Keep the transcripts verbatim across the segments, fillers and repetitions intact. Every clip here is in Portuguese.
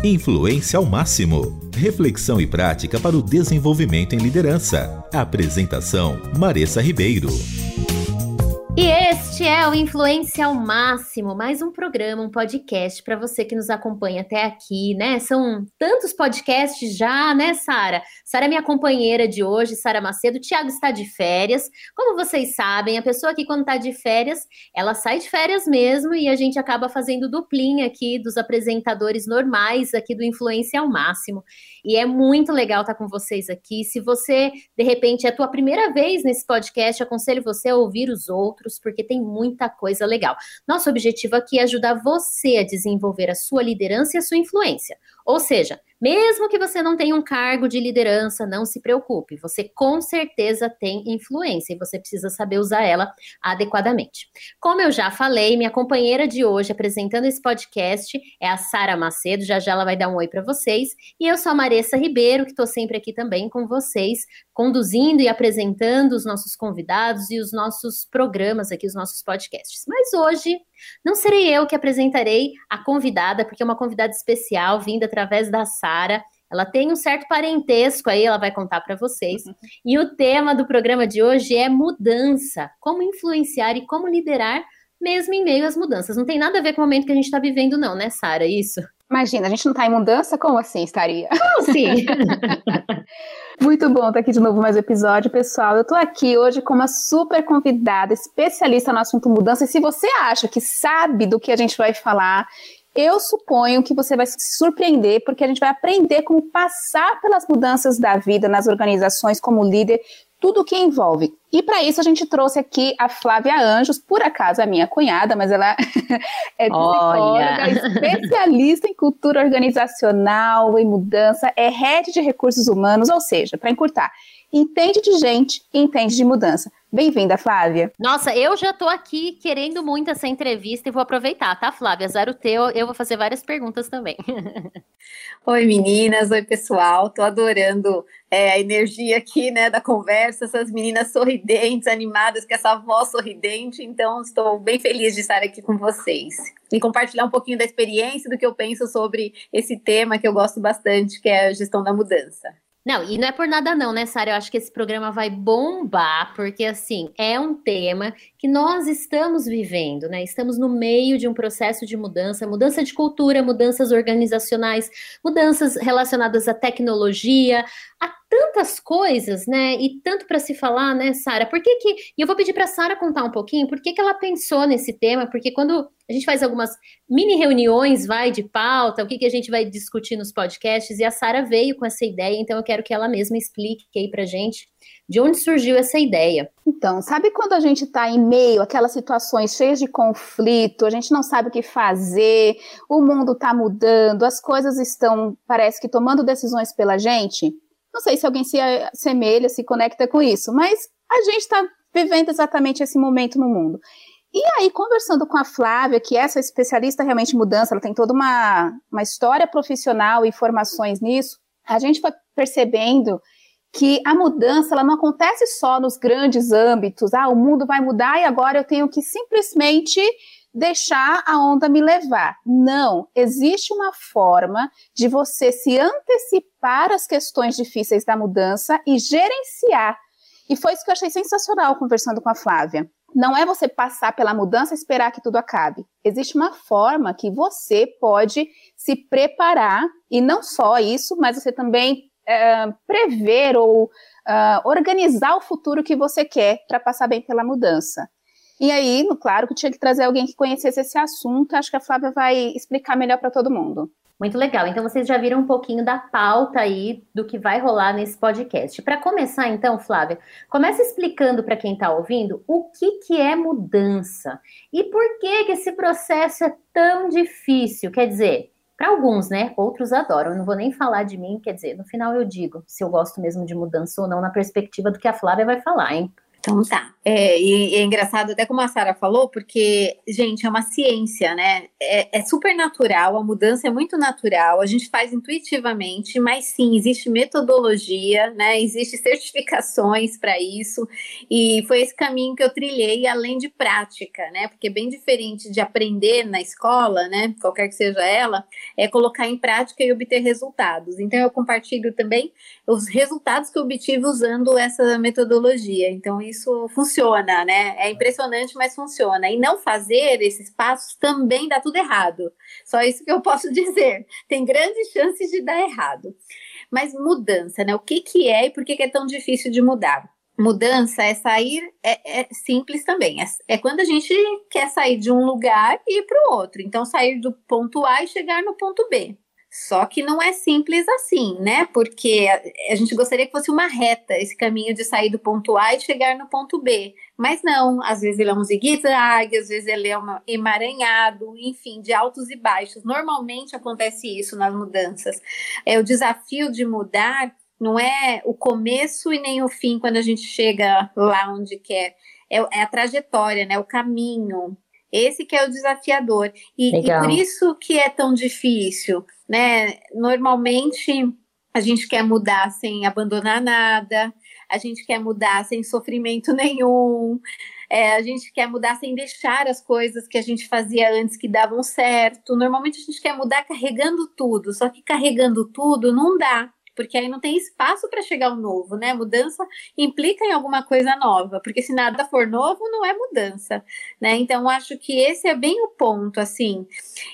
Influência ao máximo. Reflexão e prática para o desenvolvimento em liderança. Apresentação: Maressa Ribeiro. E este é o Influência ao Máximo, mais um programa, um podcast para você que nos acompanha até aqui, né? São tantos podcasts já, né, Sara? Sara é minha companheira de hoje, Sara Macedo. O Thiago está de férias. Como vocês sabem, a pessoa aqui quando está de férias, ela sai de férias mesmo e a gente acaba fazendo duplinha aqui dos apresentadores normais aqui do Influência ao Máximo. E é muito legal estar com vocês aqui. Se você, de repente, é a tua primeira vez nesse podcast, aconselho você a ouvir os outros, porque tem muita coisa legal. Nosso objetivo aqui é ajudar você a desenvolver a sua liderança e a sua influência. Ou seja, mesmo que você não tenha um cargo de liderança, não se preocupe, você com certeza tem influência e você precisa saber usar ela adequadamente. Como eu já falei, minha companheira de hoje apresentando esse podcast é a Sara Macedo, já já ela vai dar um oi para vocês, e eu sou a Maressa Ribeiro, que estou sempre aqui também com vocês, conduzindo e apresentando os nossos convidados e os nossos programas aqui, os nossos podcasts. Mas hoje não serei eu que apresentarei a convidada, porque é uma convidada especial, vinda através da Sara. Ela tem um certo parentesco aí, ela vai contar para vocês. Uhum. E o tema do programa de hoje é mudança. Como influenciar e como liderar mesmo em meio às mudanças. Não tem nada a ver com o momento que a gente está vivendo não, né, Sara? Isso? Imagina, a gente não está em mudança? Como assim estaria? Como assim? Muito bom estar aqui de novo mais um episódio, pessoal. Eu tô aqui hoje com uma super convidada, especialista no assunto mudança. E se você acha que sabe do que a gente vai falar, eu suponho que você vai se surpreender, porque a gente vai aprender como passar pelas mudanças da vida nas organizações como líder, tudo o que envolve. E para isso a gente trouxe aqui a Flávia Anjos, por acaso a minha cunhada, mas ela é psicóloga, especialista em cultura organizacional, em mudança, é head de recursos humanos, ou seja, para encurtar, entende de gente e entende de mudança. Bem-vinda, Flávia. Nossa, eu já tô aqui querendo muito essa entrevista e vou aproveitar, tá, Flávia? Azar o teu, eu vou fazer várias perguntas também. Oi, meninas. Oi, pessoal. Tô adorando é, a energia aqui, né, da conversa, essas meninas sorridentes, animadas, com essa voz sorridente, então estou bem feliz de estar aqui com vocês. E compartilhar um pouquinho da experiência, do que eu penso sobre esse tema que eu gosto bastante, que é a gestão da mudança. Não, e não é por nada não, né, Sara? Eu acho que esse programa vai bombar, porque, assim, é um tema que nós estamos vivendo, né? Estamos no meio de um processo de mudança, mudança de cultura, mudanças organizacionais, mudanças relacionadas à tecnologia, a tantas coisas, né? E tanto para se falar, né, Sara? Por que que... E eu vou pedir para a Sara contar um pouquinho por que que ela pensou nesse tema, porque quando a gente faz algumas mini reuniões, vai, de pauta, o que que a gente vai discutir nos podcasts, e a Sara veio com essa ideia, então eu quero que ela mesma explique aí pra gente de onde surgiu essa ideia. Então, sabe quando a gente está em meio àquelas situações cheias de conflito, a gente não sabe o que fazer, o mundo está mudando, as coisas estão, parece que tomando decisões pela gente? Não sei se alguém se assemelha, se conecta com isso, mas a gente está vivendo exatamente esse momento no mundo. E aí, conversando com a Flávia, que é essa especialista realmente em mudança, ela tem toda uma, uma história profissional e formações nisso, a gente foi percebendo que a mudança ela não acontece só nos grandes âmbitos, ah, o mundo vai mudar e agora eu tenho que simplesmente deixar a onda me levar. Não, existe uma forma de você se antecipar às questões difíceis da mudança e gerenciar. E foi isso que eu achei sensacional conversando com a Flávia. Não é você passar pela mudança e esperar que tudo acabe. Existe uma forma que você pode se preparar, e não só isso, mas você também é, prever ou é, organizar o futuro que você quer para passar bem pela mudança. E aí, claro que tinha que trazer alguém que conhecesse esse assunto, acho que a Flávia vai explicar melhor para todo mundo. Muito legal, então vocês já viram um pouquinho da pauta aí do que vai rolar nesse podcast. Para começar então, Flávia, começa explicando para quem está ouvindo o que, que é mudança e por que, que esse processo é tão difícil, quer dizer, para alguns, né, outros adoram, eu não vou nem falar de mim, quer dizer, no final eu digo se eu gosto mesmo de mudança ou não na perspectiva do que a Flávia vai falar, hein? Então tá. É, e é engraçado, até como a Sara falou, porque, gente, é uma ciência, né? É, é super natural, a mudança é muito natural, a gente faz intuitivamente, mas sim, existe metodologia, né? Existem certificações para isso, e foi esse caminho que eu trilhei, além de prática, né? Porque é bem diferente de aprender na escola, né? Qualquer que seja ela, é colocar em prática e obter resultados. Então, eu compartilho também os resultados que eu obtive usando essa metodologia. Então, isso funciona, né? É impressionante, mas funciona. E não fazer esses passos também dá tudo errado. Só isso que eu posso dizer. Tem grandes chances de dar errado. Mas mudança, né? O que que é e por que que é tão difícil de mudar? Mudança é sair, é, é simples também. É, é quando a gente quer sair de um lugar e ir para o outro. Então, sair do ponto A e chegar no ponto B. Só que não é simples assim, né? Porque a, a gente gostaria que fosse uma reta, esse caminho de sair do ponto A e chegar no ponto B. Mas não, às vezes ele é um zigue-zague, às vezes ele é um emaranhado, enfim, de altos e baixos. Normalmente acontece isso nas mudanças. É o desafio de mudar, não é o começo e nem o fim quando a gente chega lá onde quer. É, é a trajetória, né? O caminho. Esse que é o desafiador. E, e por isso que é tão difícil, né? Normalmente a gente quer mudar sem abandonar nada, a gente quer mudar sem sofrimento nenhum, é, a gente quer mudar sem deixar as coisas que a gente fazia antes que davam certo. Normalmente a gente quer mudar carregando tudo, só que carregando tudo não dá. Porque aí não tem espaço para chegar ao novo, né? Mudança implica em alguma coisa nova, porque se nada for novo, não é mudança, né? Então, acho que esse é bem o ponto, assim.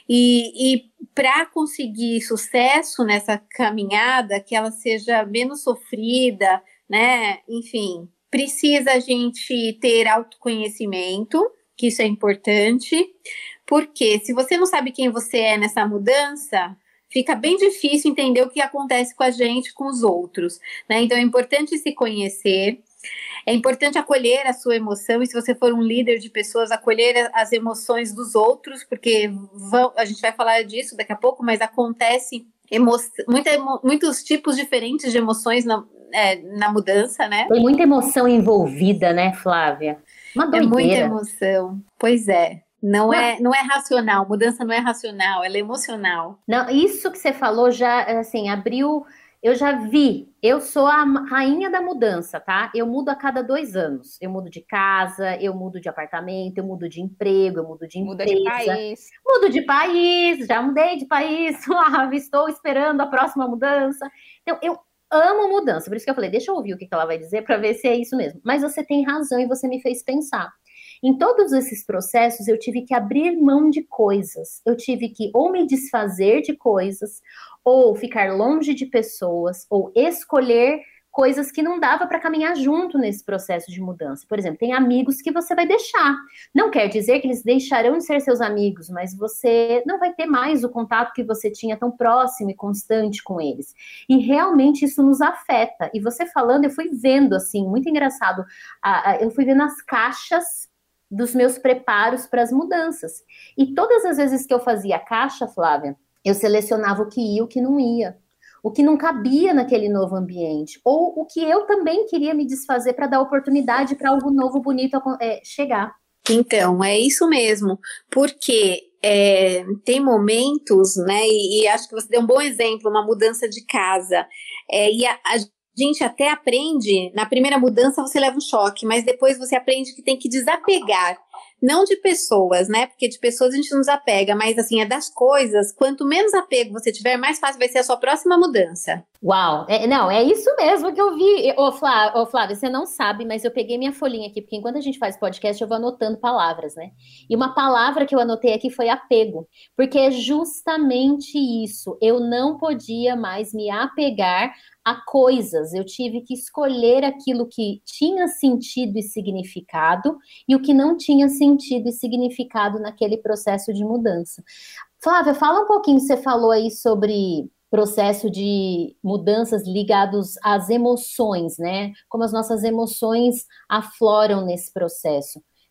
E, e para conseguir sucesso nessa caminhada, que ela seja menos sofrida, né? Enfim, precisa a gente ter autoconhecimento, que isso é importante, porque se você não sabe quem você é nessa mudança, fica bem difícil entender o que acontece com a gente, com os outros, né? Então é importante se conhecer, é importante acolher a sua emoção, e se você for um líder de pessoas, acolher as emoções dos outros, porque vão, a gente vai falar disso daqui a pouco, mas acontece emo, muita, muitos tipos diferentes de emoções na, é, na mudança, né? Tem muita emoção envolvida, né, Flávia? Uma doideira. É muita emoção, pois é. Não é, não é racional, mudança não é racional, ela é emocional. Não, isso que você falou já, assim, abriu, eu já vi, eu sou a rainha da mudança, tá? Eu mudo a cada dois anos, eu mudo de casa, eu mudo de apartamento, eu mudo de emprego, eu mudo de Muda empresa. de país. Mudo de país, já mudei de país, suave, estou esperando a próxima mudança. Então, eu amo mudança, por isso que eu falei, deixa eu ouvir o que ela vai dizer para ver se é isso mesmo. Mas você tem razão e você me fez pensar. Em todos esses processos, eu tive que abrir mão de coisas. Eu tive que ou me desfazer de coisas, ou ficar longe de pessoas, ou escolher coisas que não dava para caminhar junto nesse processo de mudança. Por exemplo, tem amigos que você vai deixar. Não quer dizer que eles deixarão de ser seus amigos, mas você não vai ter mais o contato que você tinha tão próximo e constante com eles. E realmente isso nos afeta. E você falando, eu fui vendo, assim, muito engraçado, eu fui vendo as caixas dos meus preparos para as mudanças. E todas as vezes que eu fazia a caixa, Flávia, eu selecionava o que ia e o que não ia. O que não cabia naquele novo ambiente. Ou o que eu também queria me desfazer para dar oportunidade para algo novo, bonito é, chegar. Então, é isso mesmo. Porque é, tem momentos, né, e, e acho que você deu um bom exemplo, uma mudança de casa. É, e a, a gente até aprende, na primeira mudança você leva um choque, mas depois você aprende que tem que desapegar, não de pessoas, né, porque de pessoas a gente não desapega, mas assim, é das coisas, quanto menos apego você tiver, mais fácil vai ser a sua próxima mudança. Uau, é, não, é isso mesmo que eu vi. Ô, Flávia, ô, Flávia, você não sabe, mas eu peguei minha folhinha aqui, porque enquanto a gente faz podcast, eu vou anotando palavras, né? E uma palavra que eu anotei aqui foi apego, porque é justamente isso. Eu não podia mais me apegar a coisas, eu tive que escolher aquilo que tinha sentido e significado e o que não tinha sentido e significado naquele processo de mudança. Flávia, fala um pouquinho, você falou aí sobre processo de mudanças ligados às emoções, né? Como as nossas emoções afloram nesse processo.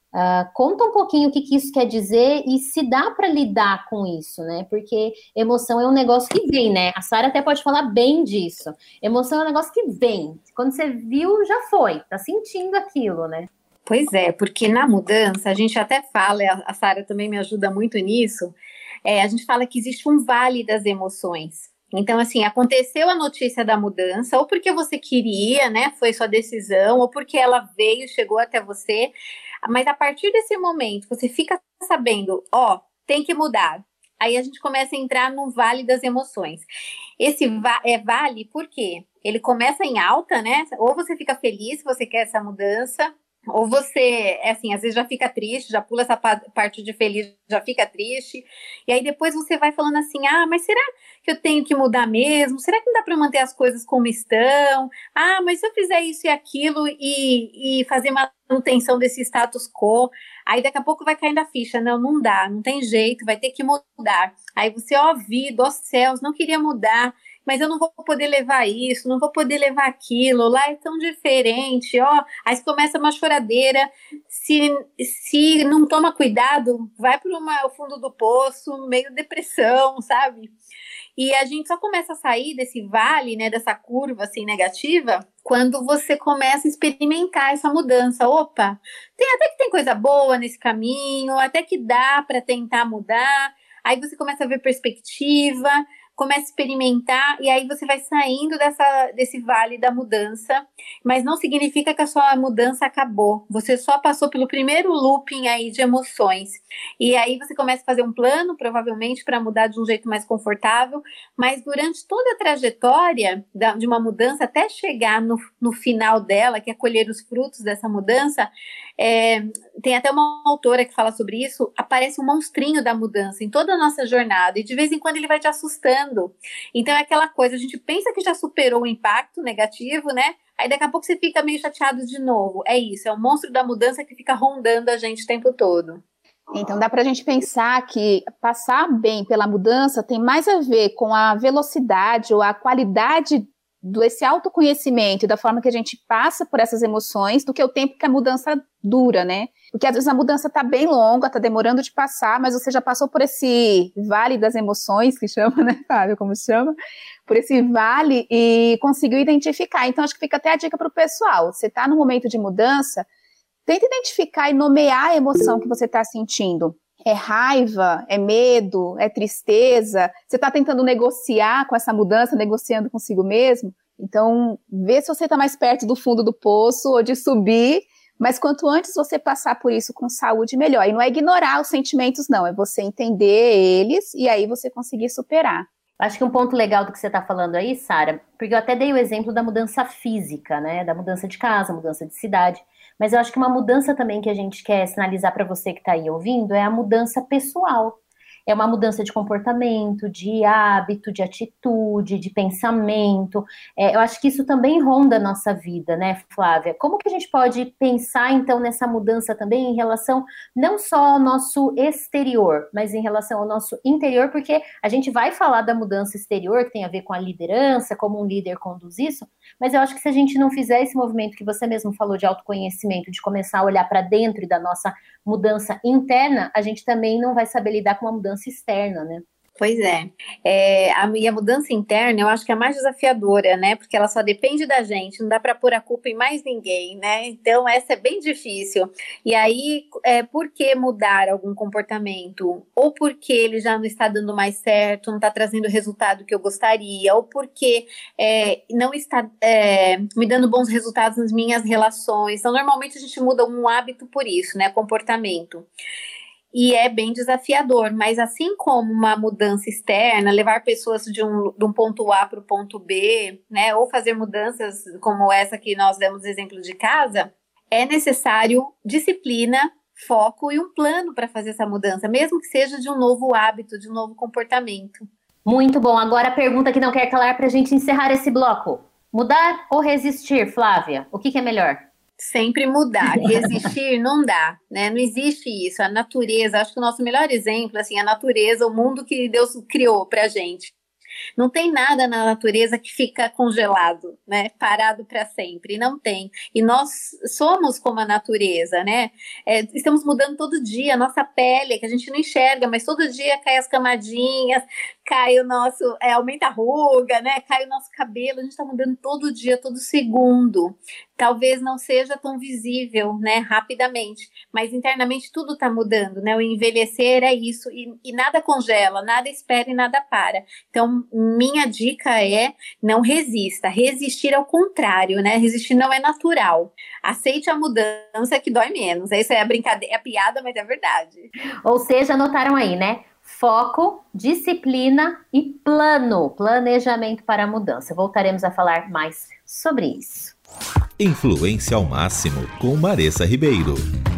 Uh, conta um pouquinho o que, que isso quer dizer e se dá para lidar com isso, né? Porque emoção é um negócio que vem, né? A Sara até pode falar bem disso. Emoção é um negócio que vem. Quando você viu, já foi. Tá sentindo aquilo, né? Pois é, porque na mudança, a gente até fala, a Sara também me ajuda muito nisso, é, a gente fala que existe um vale das emoções. Então, assim, aconteceu a notícia da mudança, ou porque você queria, né, foi sua decisão, ou porque ela veio, chegou até você, mas a partir desse momento, você fica sabendo, ó, tem que mudar. Aí a gente começa a entrar no vale das emoções. Esse va- é vale por quê? Ele começa em alta, né, ou você fica feliz se você quer essa mudança, ou você, é assim, às vezes já fica triste, já pula essa parte de feliz, já fica triste, e aí depois você vai falando assim, ah, mas será que eu tenho que mudar mesmo? Será que não dá para manter as coisas como estão? Ah, mas se eu fizer isso e aquilo e, e fazer manutenção desse status quo, aí daqui a pouco vai caindo a ficha, não, não dá, não tem jeito, vai ter que mudar. Aí você, ó vida, ó céus, não queria mudar, mas eu não vou poder levar isso, não vou poder levar aquilo, lá é tão diferente, ó, aí começa uma choradeira, se, se não toma cuidado, vai para o fundo do poço, meio depressão, sabe? E a gente só começa a sair desse vale, né, dessa curva assim negativa, quando você começa a experimentar essa mudança. Opa, tem até que tem coisa boa nesse caminho, até que dá para tentar mudar, aí você começa a ver perspectiva, começa a experimentar, e aí você vai saindo dessa, desse vale da mudança, mas não significa que a sua mudança acabou, você só passou pelo primeiro looping aí de emoções, e aí você começa a fazer um plano, provavelmente, para mudar de um jeito mais confortável, mas durante toda a trajetória da, de uma mudança, até chegar no, no final dela, que é colher os frutos dessa mudança, é, tem até uma autora que fala sobre isso, aparece um monstrinho da mudança em toda a nossa jornada, e de vez em quando ele vai te assustando. Então é aquela coisa, a gente pensa que já superou o impacto negativo, né? Aí daqui a pouco você fica meio chateado de novo. É isso, é o monstro da mudança que fica rondando a gente o tempo todo. Então dá para a gente pensar que passar bem pela mudança tem mais a ver com a velocidade ou a qualidade desse autoconhecimento e da forma que a gente passa por essas emoções do que o tempo que a mudança dura, né? Porque às vezes a mudança tá bem longa, tá demorando de passar, mas você já passou por esse vale das emoções, que chama, né, Fábio, como se chama? Por esse vale e conseguiu identificar. Então acho que fica até a dica para o pessoal. Você tá no momento de mudança, tenta identificar e nomear a emoção que você está sentindo. É raiva? É medo? É tristeza? Você está tentando negociar com essa mudança, negociando consigo mesmo? Então, vê se você está mais perto do fundo do poço ou de subir, mas quanto antes você passar por isso com saúde, melhor. E não é ignorar os sentimentos, não. É você entender eles e aí você conseguir superar. Acho que um ponto legal do que você está falando aí, Sara, porque eu até dei o exemplo da mudança física, né? Da mudança de casa, mudança de cidade. Mas eu acho que uma mudança também que a gente quer sinalizar para você que está aí ouvindo é a mudança pessoal. É uma mudança de comportamento, de hábito, de atitude, de pensamento. É, eu acho que isso também ronda a nossa vida, né, Flávia? Como que a gente pode pensar, então, nessa mudança também em relação não só ao nosso exterior, mas em relação ao nosso interior, porque a gente vai falar da mudança exterior, que tem a ver com a liderança, como um líder conduz isso, mas eu acho que se a gente não fizer esse movimento que você mesmo falou de autoconhecimento, de começar a olhar para dentro e da nossa mudança interna, a gente também não vai saber lidar com uma mudança externa, né? Pois é. é a, e a mudança interna eu acho que é a mais desafiadora, né? Porque ela só depende da gente, não dá para pôr a culpa em mais ninguém, né? Então essa é bem difícil. E aí, é, por que mudar algum comportamento? Ou porque ele já não está dando mais certo, não está trazendo o resultado que eu gostaria, ou porque é, não está é, me dando bons resultados nas minhas relações. Então, normalmente a gente muda um hábito por isso, né? Comportamento. E é bem desafiador, mas assim como uma mudança externa, levar pessoas de um, de um ponto A para o ponto B, né, ou fazer mudanças como essa que nós demos exemplo de casa, é necessário disciplina, foco e um plano para fazer essa mudança, mesmo que seja de um novo hábito, de um novo comportamento. Muito bom. Agora a pergunta que não quer calar para a gente encerrar esse bloco. Mudar ou resistir, Flávia? O que, que é melhor? Sempre mudar, resistir não dá, né? Não existe isso. A natureza, acho que o nosso melhor exemplo, assim, a natureza, o mundo que Deus criou pra gente. Não tem nada na natureza que fica congelado, né? Parado para sempre, não tem. E nós somos como a natureza, né? É, estamos mudando todo dia, a nossa pele, que a gente não enxerga, mas todo dia cai as camadinhas, cai o nosso, é, aumenta a ruga, né? Cai o nosso cabelo, a gente está mudando todo dia, todo segundo. Talvez não seja tão visível, né, rapidamente, mas internamente tudo está mudando, né? O envelhecer é isso, e, e nada congela, nada espera e nada para. Então, minha dica é não resista. Resistir ao contrário, né? Resistir não é natural. Aceite a mudança que dói menos. Isso é a brincadeira, é a piada, mas é verdade. Ou seja, anotaram aí, né? Foco, disciplina e plano, planejamento para a mudança. Voltaremos a falar mais sobre isso. Influência ao máximo com Maressa Ribeiro.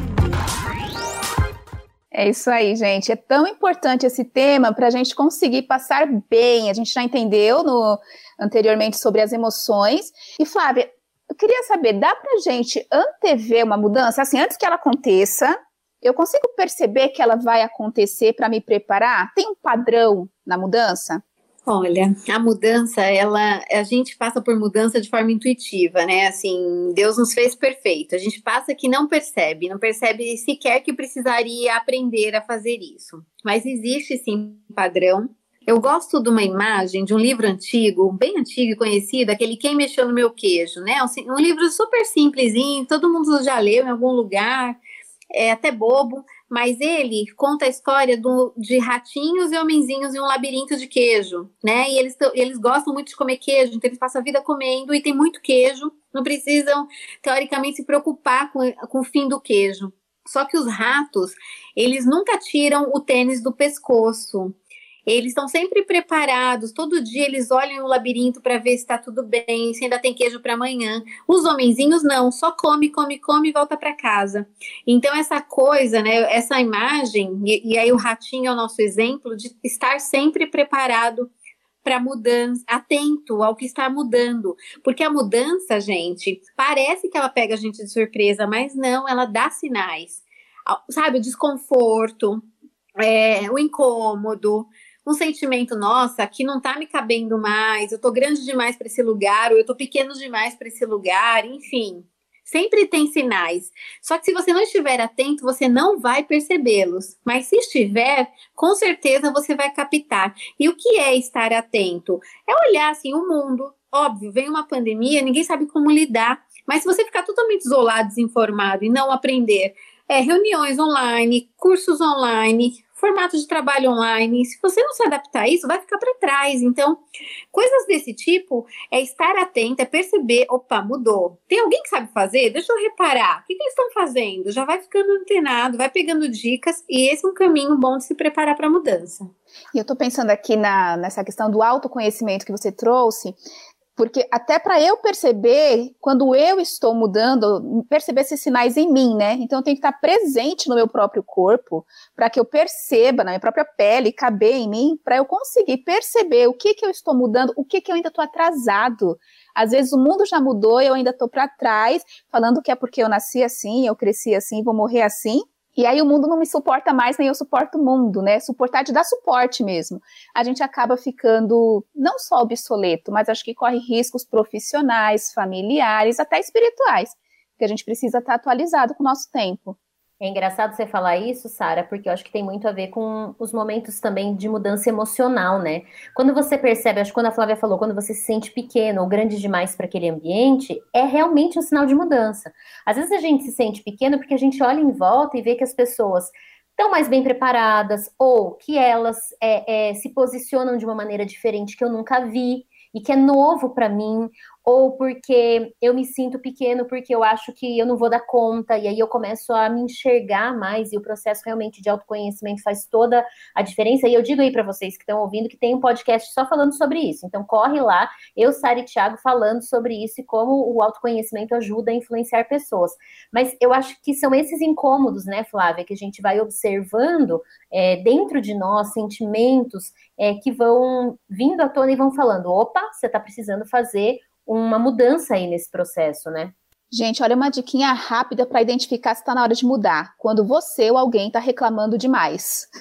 É isso aí, gente. É tão importante esse tema para a gente conseguir passar bem. A gente já entendeu no, anteriormente sobre as emoções. E, Flávia, eu queria saber, dá para a gente antever uma mudança? Assim, antes que ela aconteça, eu consigo perceber que ela vai acontecer para me preparar? Tem um padrão na mudança? Olha, a mudança, ela, a gente passa por mudança de forma intuitiva, né? Assim, Deus nos fez perfeito. A gente passa que não percebe, não percebe sequer que precisaria aprender a fazer isso. Mas existe sim um padrão. Eu gosto de uma imagem de um livro antigo, bem antigo e conhecido, aquele Quem Mexeu no Meu Queijo, né? Um, um livro super simplesinho, todo mundo já leu em algum lugar, é até bobo, mas ele conta a história do, de ratinhos e homenzinhos em um labirinto de queijo, né? E eles, eles gostam muito de comer queijo, então eles passam a vida comendo e tem muito queijo, não precisam, teoricamente, se preocupar com, com o fim do queijo. Só que os ratos, eles nunca tiram o tênis do pescoço. Eles estão sempre preparados, todo dia eles olham o labirinto para ver se está tudo bem, se ainda tem queijo para amanhã. Os homenzinhos não, só come, come, come e volta para casa. Então essa coisa, né, essa imagem, e, e aí o ratinho é o nosso exemplo de estar sempre preparado para mudança, atento ao que está mudando. Porque a mudança, gente, parece que ela pega a gente de surpresa, mas não, ela dá sinais. Sabe, o desconforto, é, o incômodo, um sentimento, nossa, aqui não tá me cabendo mais, eu tô grande demais para esse lugar, ou eu tô pequeno demais para esse lugar, enfim. Sempre tem sinais. Só que se você não estiver atento, você não vai percebê-los. Mas se estiver, com certeza você vai captar. E o que é estar atento? É olhar assim o mundo. Óbvio, vem uma pandemia, ninguém sabe como lidar. Mas se você ficar totalmente isolado, desinformado e não aprender, é, reuniões online, cursos online, formato de trabalho online, se você não se adaptar a isso, vai ficar para trás. Então, coisas desse tipo é estar atento, é perceber, opa, mudou. Tem alguém que sabe fazer? Deixa eu reparar. O que, que eles estão fazendo? Já vai ficando antenado, vai pegando dicas, e esse é um caminho bom de se preparar para a mudança. E eu estou pensando aqui na, nessa questão do autoconhecimento que você trouxe, porque até para eu perceber, quando eu estou mudando, perceber esses sinais em mim, né? Então eu tenho que estar presente no meu próprio corpo, para que eu perceba na minha própria pele, caber em mim, para eu conseguir perceber o que que eu estou mudando, o que que eu ainda estou atrasado. Às vezes o mundo já mudou e eu ainda estou para trás, falando que é porque eu nasci assim, eu cresci assim, vou morrer assim. E aí o mundo não me suporta mais, nem eu suporto o mundo, né? Suportar de dar suporte mesmo. A gente acaba ficando não só obsoleto, mas acho que corre riscos profissionais, familiares, até espirituais, que a gente precisa estar atualizado com o nosso tempo. É engraçado você falar isso, Sara, porque eu acho que tem muito a ver com os momentos também de mudança emocional, né? Quando você percebe, acho que quando a Flávia falou, quando você se sente pequeno ou grande demais para aquele ambiente, é realmente um sinal de mudança. Às vezes a gente se sente pequeno porque a gente olha em volta e vê que as pessoas estão mais bem preparadas ou que elas é, é, se posicionam de uma maneira diferente que eu nunca vi e que é novo para mim, ou porque eu me sinto pequeno porque eu acho que eu não vou dar conta, e aí eu começo a me enxergar mais, e o processo realmente de autoconhecimento faz toda a diferença. E eu digo aí para vocês que estão ouvindo que tem um podcast só falando sobre isso, então corre lá, eu, Sara e Thiago falando sobre isso e como o autoconhecimento ajuda a influenciar pessoas. Mas eu acho que são esses incômodos, né, Flávia, que a gente vai observando é, dentro de nós, sentimentos é, que vão vindo à tona e vão falando, opa, você está precisando fazer uma mudança aí nesse processo, né? Gente, olha uma diquinha rápida para identificar se está na hora de mudar. Quando você ou alguém está reclamando demais.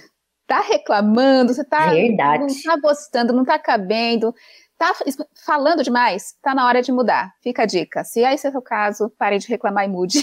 tá reclamando, você tá, Verdade. não tá gostando, não tá cabendo, tá falando demais, tá na hora de mudar. Fica a dica. Se esse é o seu caso, pare de reclamar e mude.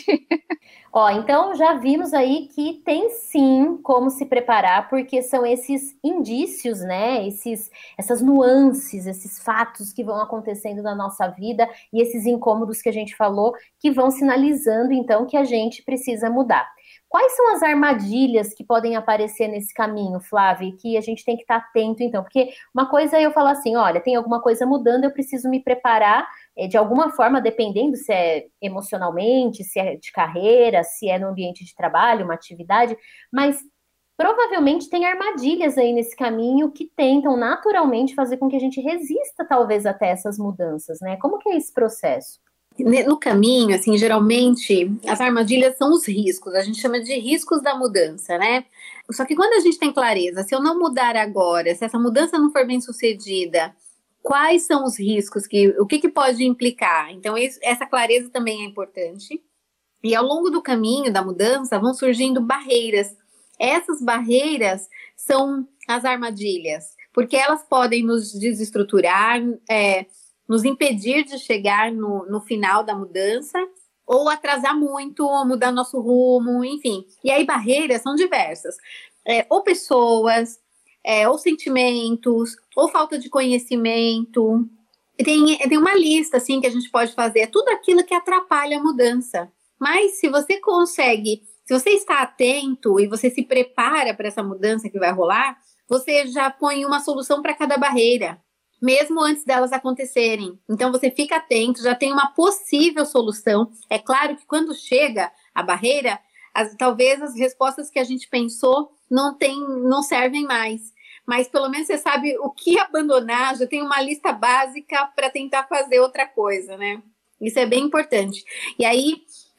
Ó, então já vimos aí que tem sim como se preparar, porque são esses indícios, né? Esses, essas nuances, esses fatos que vão acontecendo na nossa vida e esses incômodos que a gente falou, que vão sinalizando então que a gente precisa mudar. Quais são as armadilhas que podem aparecer nesse caminho, Flávia, que a gente tem que estar atento, então? Porque uma coisa é eu falar assim, olha, tem alguma coisa mudando, eu preciso me preparar é, de alguma forma, dependendo se é emocionalmente, se é de carreira, se é no ambiente de trabalho, uma atividade, mas provavelmente tem armadilhas aí nesse caminho que tentam naturalmente fazer com que a gente resista, talvez, até essas mudanças, né? Como que é esse processo? No caminho, assim, geralmente, as armadilhas são os riscos, a gente chama de riscos da mudança, né? Só que quando a gente tem clareza, se eu não mudar agora, se essa mudança não for bem sucedida, quais são os riscos, que, o que, que pode implicar? Então, isso, essa clareza também é importante. E ao longo do caminho da mudança, vão surgindo barreiras. Essas barreiras são as armadilhas, porque elas podem nos desestruturar, é, nos impedir de chegar no, no final da mudança, ou atrasar muito, ou mudar nosso rumo, enfim. E aí barreiras são diversas. É, ou pessoas, é, ou sentimentos, ou falta de conhecimento. Tem, tem uma lista assim, que a gente pode fazer, é tudo aquilo que atrapalha a mudança. Mas se você consegue, se você está atento e você se prepara para essa mudança que vai rolar, você já põe uma solução para cada barreira, mesmo antes delas acontecerem. Então você fica atento, já tem uma possível solução. É claro que quando chega a barreira, as, talvez as respostas que a gente pensou não, tem, não servem mais. Mas pelo menos você sabe o que abandonar, já tem uma lista básica para tentar fazer outra coisa, né? Isso é bem importante. E aí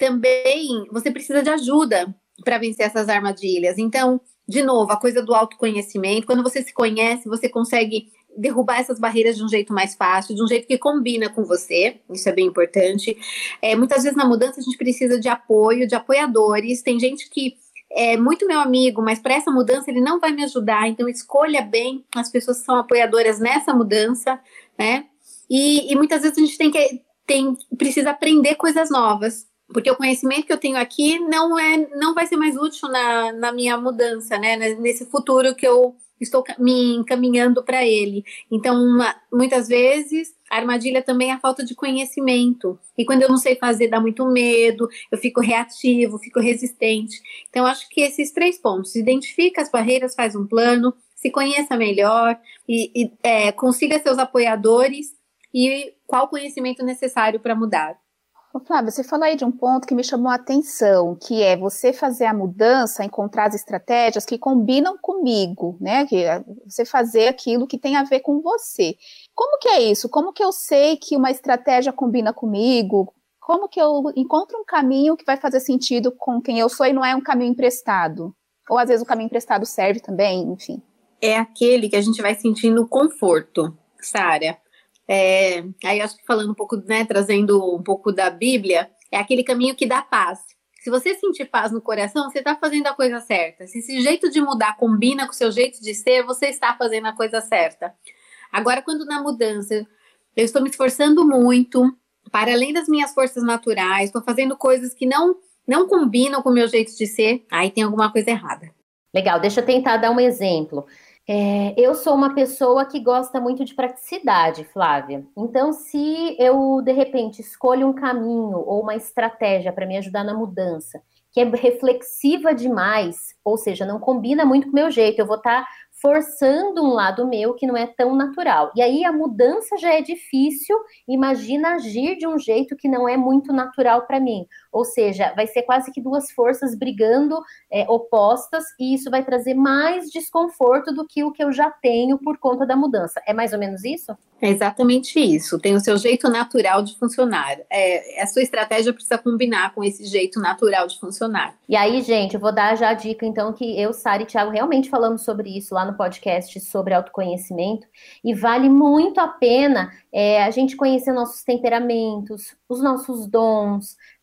também você precisa de ajuda para vencer essas armadilhas. Então, de novo, a coisa do autoconhecimento. Quando você se conhece, você consegue derrubar essas barreiras de um jeito mais fácil, de um jeito que combina com você. Isso é bem importante. É, muitas vezes na mudança a gente precisa de apoio, de apoiadores. Tem gente que é muito meu amigo, mas para essa mudança ele não vai me ajudar. Então escolha bem as pessoas que são apoiadoras nessa mudança, né? E, e muitas vezes a gente tem que tem, precisa aprender coisas novas, porque o conhecimento que eu tenho aqui não, é, não vai ser mais útil na, na minha mudança, né? Nesse futuro que eu estou me encaminhando para ele. Então, uma, muitas vezes, a armadilha também é a falta de conhecimento. E quando eu não sei fazer, dá muito medo, eu fico reativo, fico resistente. Então, acho que esses três pontos, identifica as barreiras, faz um plano, se conheça melhor e, e é, consiga seus apoiadores e qual conhecimento necessário para mudar. Ô, Flávia, você falou aí de um ponto que me chamou a atenção, que é você fazer a mudança, encontrar as estratégias que combinam comigo, né? Que é você fazer aquilo que tem a ver com você. Como que é isso? Como que eu sei que uma estratégia combina comigo? Como que eu encontro um caminho que vai fazer sentido com quem eu sou e não é um caminho emprestado? Ou às vezes o caminho emprestado serve também, enfim. É aquele que a gente vai sentindo conforto, Sara. É, aí acho que falando um pouco, né, trazendo um pouco da Bíblia, é aquele caminho que dá paz. Se você sentir paz no coração, você está fazendo a coisa certa. Se esse jeito de mudar combina com o seu jeito de ser, você está fazendo a coisa certa. Agora, quando na mudança eu estou me esforçando muito, para além das minhas forças naturais, estou fazendo coisas que não, não combinam com o meu jeito de ser, aí tem alguma coisa errada. Legal, deixa eu tentar dar um exemplo. É, eu sou uma pessoa que gosta muito de praticidade, Flávia. Então, se eu, de repente, escolho um caminho ou uma estratégia para me ajudar na mudança, que é reflexiva demais, ou seja, não combina muito com o meu jeito, eu vou estar forçando um lado meu que não é tão natural. E aí a mudança já é difícil, imagina agir de um jeito que não é muito natural para mim. Ou seja, vai ser quase que duas forças brigando é, opostas, e isso vai trazer mais desconforto do que o que eu já tenho por conta da mudança. É mais ou menos isso? É exatamente isso. Tem o seu jeito natural de funcionar. É, a sua estratégia precisa combinar com esse jeito natural de funcionar. E aí, gente, eu vou dar já a dica, então, que eu, Sara e Thiago realmente falamos sobre isso lá no podcast sobre autoconhecimento, e vale muito a pena é, a gente conhecer nossos temperamentos, os nossos dons, né,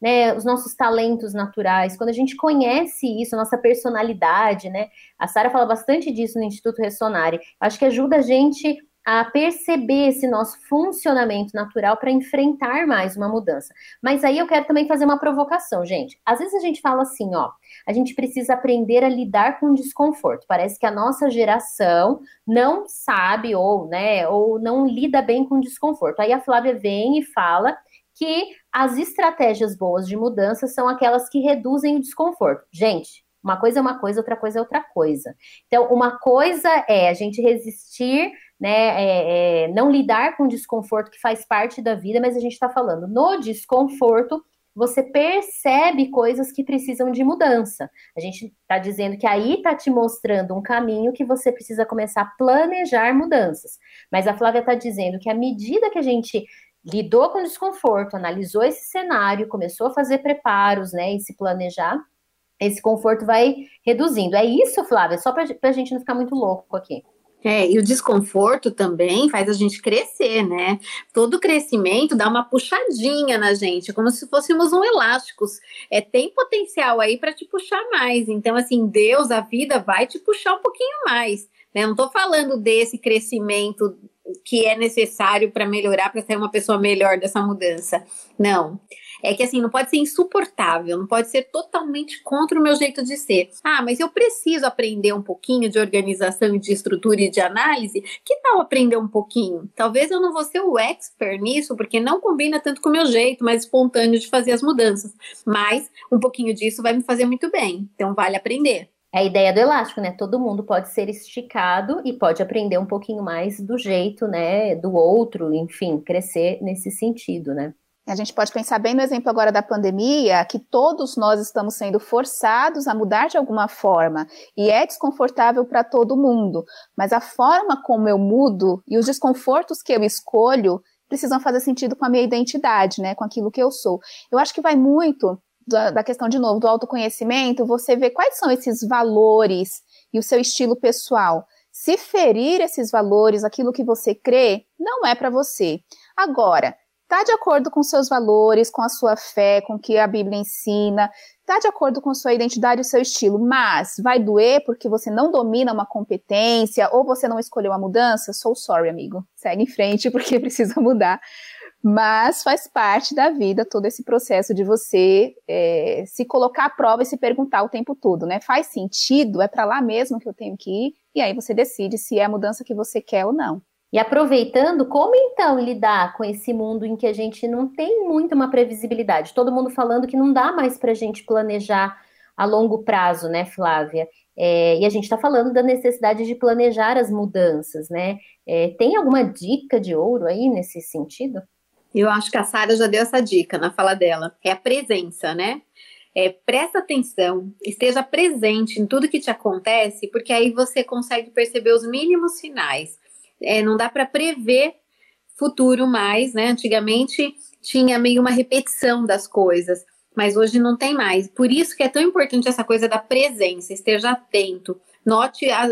os nossos talentos naturais, quando a gente conhece isso, a nossa personalidade, né? A Sara fala bastante disso no Instituto Ressonare. Acho que ajuda a gente a perceber esse nosso funcionamento natural para enfrentar mais uma mudança. Mas aí eu quero também fazer uma provocação, gente. Às vezes a gente fala assim, ó, a gente precisa aprender a lidar com o desconforto. Parece que a nossa geração não sabe ou, né, ou não lida bem com o desconforto. Aí a Flávia vem e fala que as estratégias boas de mudança são aquelas que reduzem o desconforto. Gente, uma coisa é uma coisa, outra coisa é outra coisa. Então, uma coisa é a gente resistir, né, é, é, não lidar com o desconforto que faz parte da vida, mas a gente está falando, no desconforto, você percebe coisas que precisam de mudança. A gente está dizendo que aí está te mostrando um caminho que você precisa começar a planejar mudanças. Mas a Flávia está dizendo que à medida que a gente lidou com o desconforto, analisou esse cenário, começou a fazer preparos, né, e se planejar, esse conforto vai reduzindo. É isso, Flávia? Só para a gente não ficar muito louco aqui. É, e o desconforto também faz a gente crescer, né? Todo crescimento dá uma puxadinha na gente, como se fôssemos um elásticos. É, tem potencial aí para te puxar mais. Então, assim, Deus, a vida vai te puxar um pouquinho mais, né? Não tô falando desse crescimento que é necessário para melhorar, para ser uma pessoa melhor dessa mudança. Não. É que assim, não pode ser insuportável, não pode ser totalmente contra o meu jeito de ser. Ah, mas eu preciso aprender um pouquinho de organização, de estrutura e de análise. Que tal aprender um pouquinho? Talvez eu não vou ser o expert nisso, porque não combina tanto com o meu jeito mais espontâneo de fazer as mudanças. Mas um pouquinho disso vai me fazer muito bem. Então vale aprender. É a ideia do elástico, né? Todo mundo pode ser esticado e pode aprender um pouquinho mais do jeito, né, do outro, enfim, crescer nesse sentido, né? A gente pode pensar bem no exemplo agora da pandemia, que todos nós estamos sendo forçados a mudar de alguma forma, e é desconfortável para todo mundo, mas a forma como eu mudo e os desconfortos que eu escolho precisam fazer sentido com a minha identidade, né, com aquilo que eu sou. Eu acho que vai muito da, da questão, de novo, do autoconhecimento, você vê quais são esses valores e o seu estilo pessoal. Se ferir esses valores, aquilo que você crê, não é para você. Agora, está de acordo com seus valores, com a sua fé, com o que a Bíblia ensina, está de acordo com sua identidade e o seu estilo, mas vai doer porque você não domina uma competência ou você não escolheu a mudança? So sorry, amigo. Segue em frente porque precisa mudar. Mas faz parte da vida todo esse processo de você é, se colocar à prova e se perguntar o tempo todo, né? Faz sentido? É para lá mesmo que eu tenho que ir? E aí você decide se é a mudança que você quer ou não. E aproveitando, como então lidar com esse mundo em que a gente não tem muito uma previsibilidade? Todo mundo falando que não dá mais para a gente planejar a longo prazo, né, Flávia? É, e a gente está falando da necessidade de planejar as mudanças, né? É, tem alguma dica de ouro aí nesse sentido? Eu acho que a Sara já deu essa dica na fala dela. É a presença, né? É, presta atenção, esteja presente em tudo que te acontece, porque aí você consegue perceber os mínimos sinais. É, não dá para prever futuro mais, né? Antigamente tinha meio uma repetição das coisas, mas hoje não tem mais. Por isso que é tão importante essa coisa da presença, esteja atento, note a,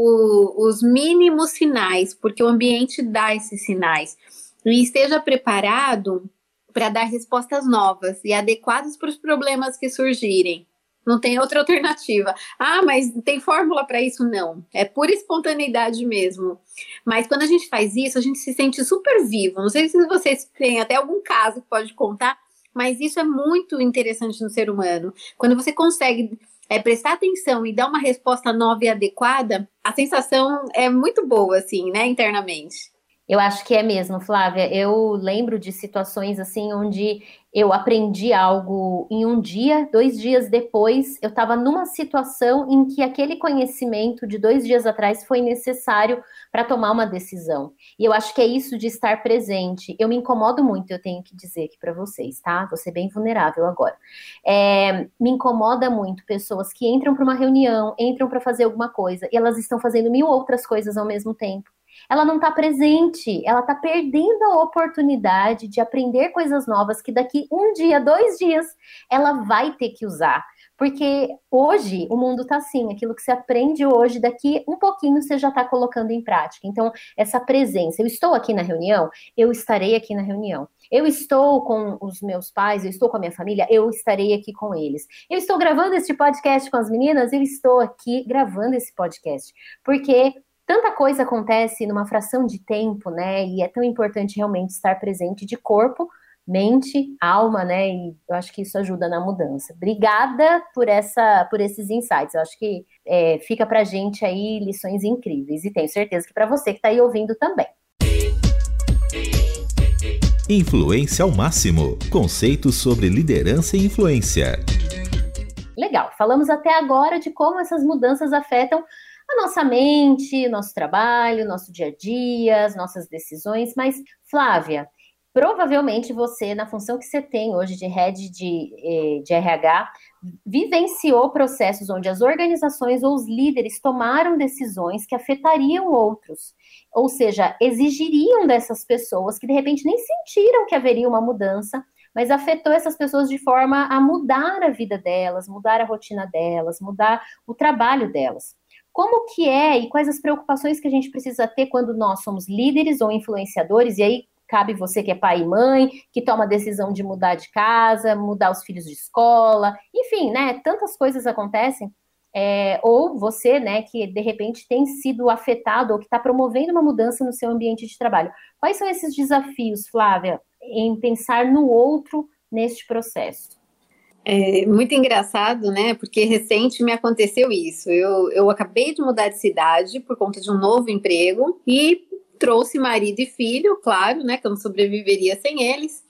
o, os mínimos sinais, porque o ambiente dá esses sinais. E esteja preparado para dar respostas novas e adequadas para os problemas que surgirem. Não tem outra alternativa. Ah, mas tem fórmula para isso? Não. É pura espontaneidade mesmo. Mas quando a gente faz isso, a gente se sente super vivo. Não sei se vocês têm até algum caso que pode contar, mas isso é muito interessante no ser humano. Quando você consegue é, prestar atenção e dar uma resposta nova e adequada, a sensação é muito boa, assim, né, internamente. Eu acho que é mesmo, Flávia. Eu lembro de situações assim onde eu aprendi algo em um dia, dois dias depois, eu estava numa situação em que aquele conhecimento de dois dias atrás foi necessário para tomar uma decisão. E eu acho que é isso de estar presente. Eu me incomodo muito, eu tenho que dizer aqui para vocês, tá? Vou ser bem vulnerável agora. É, me incomoda muito pessoas que entram para uma reunião, entram para fazer alguma coisa e elas estão fazendo mil outras coisas ao mesmo tempo. Ela não está presente, ela está perdendo a oportunidade de aprender coisas novas que daqui um dia, dois dias, ela vai ter que usar. Porque hoje o mundo está assim, aquilo que você aprende hoje, daqui um pouquinho você já está colocando em prática. Então, essa presença, eu estou aqui na reunião, eu estarei aqui na reunião. Eu estou com os meus pais, eu estou com a minha família, eu estarei aqui com eles. Eu estou gravando este podcast com as meninas, eu estou aqui gravando esse podcast. Porque tanta coisa acontece numa fração de tempo, né? E é tão importante realmente estar presente de corpo, mente, alma, né? E eu acho que isso ajuda na mudança. Obrigada por, essa, por esses insights. Eu acho que é, fica pra gente aí lições incríveis. E tenho certeza que para você que está aí ouvindo também. Influência ao máximo. Conceitos sobre liderança e influência. Legal. Falamos até agora de como essas mudanças afetam a nossa mente, nosso trabalho, nosso dia a dia, as nossas decisões. Mas, Flávia, provavelmente você, na função que você tem hoje de head de, de R H, vivenciou processos onde as organizações ou os líderes tomaram decisões que afetariam outros, ou seja, exigiriam dessas pessoas que de repente nem sentiram que haveria uma mudança, mas afetou essas pessoas de forma a mudar a vida delas, mudar a rotina delas, mudar o trabalho delas. Como que é e quais as preocupações que a gente precisa ter quando nós somos líderes ou influenciadores, e aí cabe você que é pai e mãe, que toma a decisão de mudar de casa, mudar os filhos de escola, enfim, né, tantas coisas acontecem, é, ou você, né, que de repente tem sido afetado ou que está promovendo uma mudança no seu ambiente de trabalho. Quais são esses desafios, Flávia, em pensar no outro neste processo? É muito engraçado, né, porque recente me aconteceu isso, eu, eu acabei de mudar de cidade por conta de um novo emprego e trouxe marido e filho, claro, né, que eu não sobreviveria sem eles,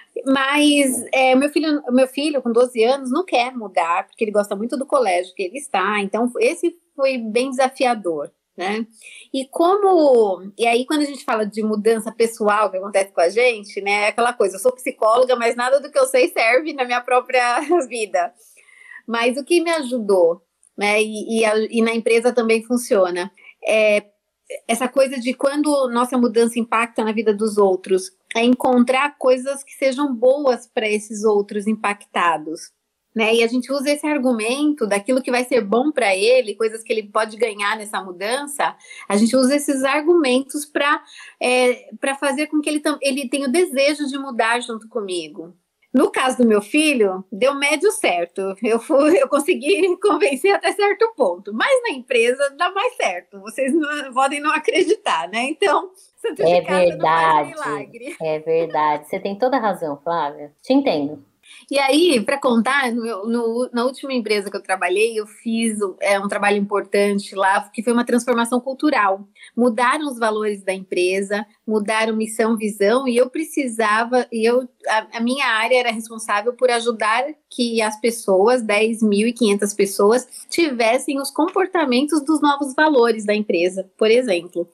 mas é, meu filho, meu filho com doze anos não quer mudar, porque ele gosta muito do colégio que ele está, então esse foi bem desafiador, né, e como, e aí quando a gente fala de mudança pessoal que acontece com a gente, né, é aquela coisa, eu sou psicóloga, mas nada do que eu sei serve na minha própria vida, mas o que me ajudou, né, e, e, a, e na empresa também funciona, é essa coisa de quando nossa mudança impacta na vida dos outros, é encontrar coisas que sejam boas para esses outros impactados, né? E a gente usa esse argumento daquilo que vai ser bom para ele, coisas que ele pode ganhar nessa mudança, a gente usa esses argumentos para é, para fazer com que ele, ele tenha o desejo de mudar junto comigo. No caso do meu filho, deu médio certo. Eu, fui, eu consegui convencer até certo ponto. Mas na empresa dá mais certo. Vocês não, podem não acreditar, né? Então, santo de casa não faz milagre. É verdade. Você tem toda a razão, Flávia. Te entendo. E aí, para contar, no, no, na última empresa que eu trabalhei, eu fiz é, um trabalho importante lá, que foi uma transformação cultural. Mudaram os valores da empresa, mudaram missão, visão, e eu precisava, e eu, a, a minha área era responsável por ajudar que as pessoas, dez mil e quinhentas pessoas, tivessem os comportamentos dos novos valores da empresa, por exemplo.